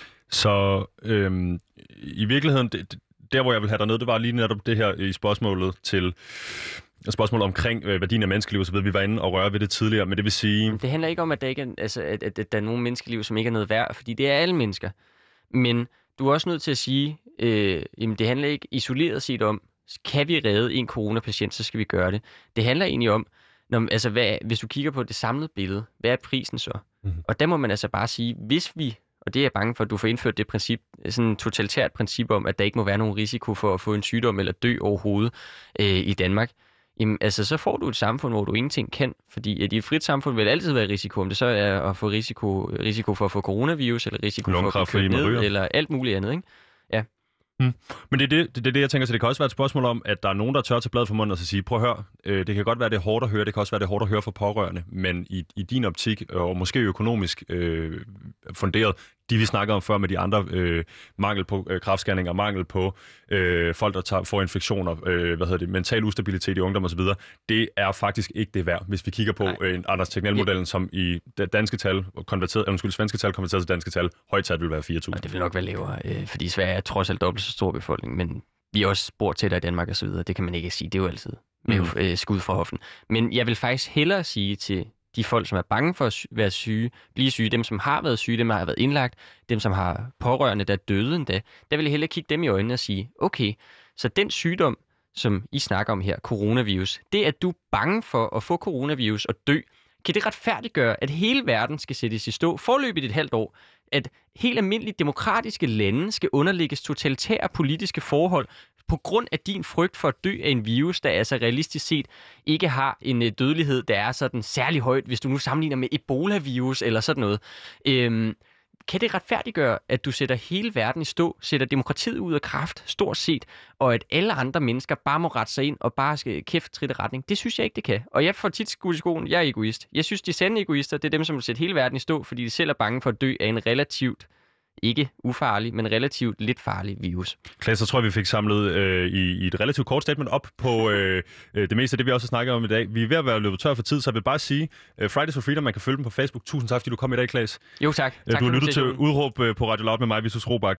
Så øhm, i virkeligheden, det, der hvor jeg vil have dig ned, det var lige netop det her i spørgsmålet til spørgsmålet omkring øh, værdien af menneskeliv og så videre. Vi var inde og røre ved det tidligere, men det vil sige...
Det handler ikke om, at der, ikke er, altså, at, at, at der er nogle menneskeliv, som ikke er noget værd, fordi det er alle mennesker. Men du er også nødt til at sige, øh, jamen det handler ikke isoleret set om, kan vi redde en coronapatient, så skal vi gøre det. Det handler egentlig om, når, altså, hvad, hvis du kigger på det samlede billede, hvad er prisen så? Mm-hmm. Og der må man altså bare sige, hvis vi, og det er jeg bange for, at du får indført det princip, sådan et totalitært princip om, at der ikke må være nogen risiko for at få en sygdom eller dø overhovedet øh, i Danmark, jamen, altså, så får du et samfund, hvor du ingenting kan, fordi at i et frit samfund vil altid være risiko, om det så er at få risiko, risiko for at få coronavirus, eller risiko for at få kørt ned, eller alt muligt andet, ikke? Ja.
Hmm. Men det er det, det, det, jeg tænker, så det kan også være et spørgsmål om, at der er nogen, der tør til bladet for munden og så sige, prøv at høre, øh, det kan godt være, det er hårdt at høre, det kan også være, det er hårdt at høre for pårørende, men i, i din optik, og måske økonomisk øh, funderet, de vi snakker om før med de andre, øh, mangel på øh, kræftscanninger, mangel på øh, folk, der tager, får infektioner, øh, hvad hedder det, mental ustabilitet i ungdom osv., det er faktisk ikke det værd, hvis vi kigger på øh, Anders Tegnell-modellen, som i danske tal, konverteret, undskyld, svenske tal, konverteret til danske tal, højt tal vil være fire tusind.
Og det vil nok være lavere, øh, fordi Sverige er trods alt dobbelt så stor befolkning, men vi er også bor tættere i Danmark og så videre, det kan man ikke sige, det er jo altid med mm. øh, skud fra hoften. Men jeg vil faktisk hellere sige til de folk, som er bange for at være syge, blive syge, dem, som har været syge, dem, der har været indlagt, dem, som har pårørende, der er døde endda, der vil jeg hellere kigge dem i øjnene og sige, okay, så den sygdom, som I snakker om her, coronavirus, det at du er bange for at få coronavirus og dø, kan det retfærdiggøre, at hele verden skal sættes i stå forløbigt et halvt år, at helt almindelige demokratiske lande skal underlægges totalitære politiske forhold, på grund af din frygt for at dø af en virus, der altså realistisk set ikke har en dødelighed, der er sådan særlig højt, hvis du nu sammenligner med Ebola-virus eller sådan noget. Øhm, kan det retfærdiggøre, at du sætter hele verden i stå, sætter demokratiet ud af kraft, stort set, og at alle andre mennesker bare må rette sig ind og bare skal kæft trit i retning? Det synes jeg ikke, det kan. Og jeg får tit skudt i skoen, jeg er egoist. Jeg synes, de sande egoister, det er dem, som vil sætte hele verden i stå, fordi de selv er bange for at dø af en relativt ikke ufarlig, men relativt lidt farlig virus.
Klaas, så tror jeg, vi fik samlet øh, i, i et relativt kort statement op på øh, det meste af det, vi også har snakket om i dag. Vi er ved at være løbet tør for tid, så jeg vil bare sige, uh, Fridays for Freedom, man kan følge dem på Facebook. Tusind tak, fordi du kom i dag, Klaas.
Jo, tak. tak
du har lyttet til Udråb på Radio Loud med mig, Vitus Robak.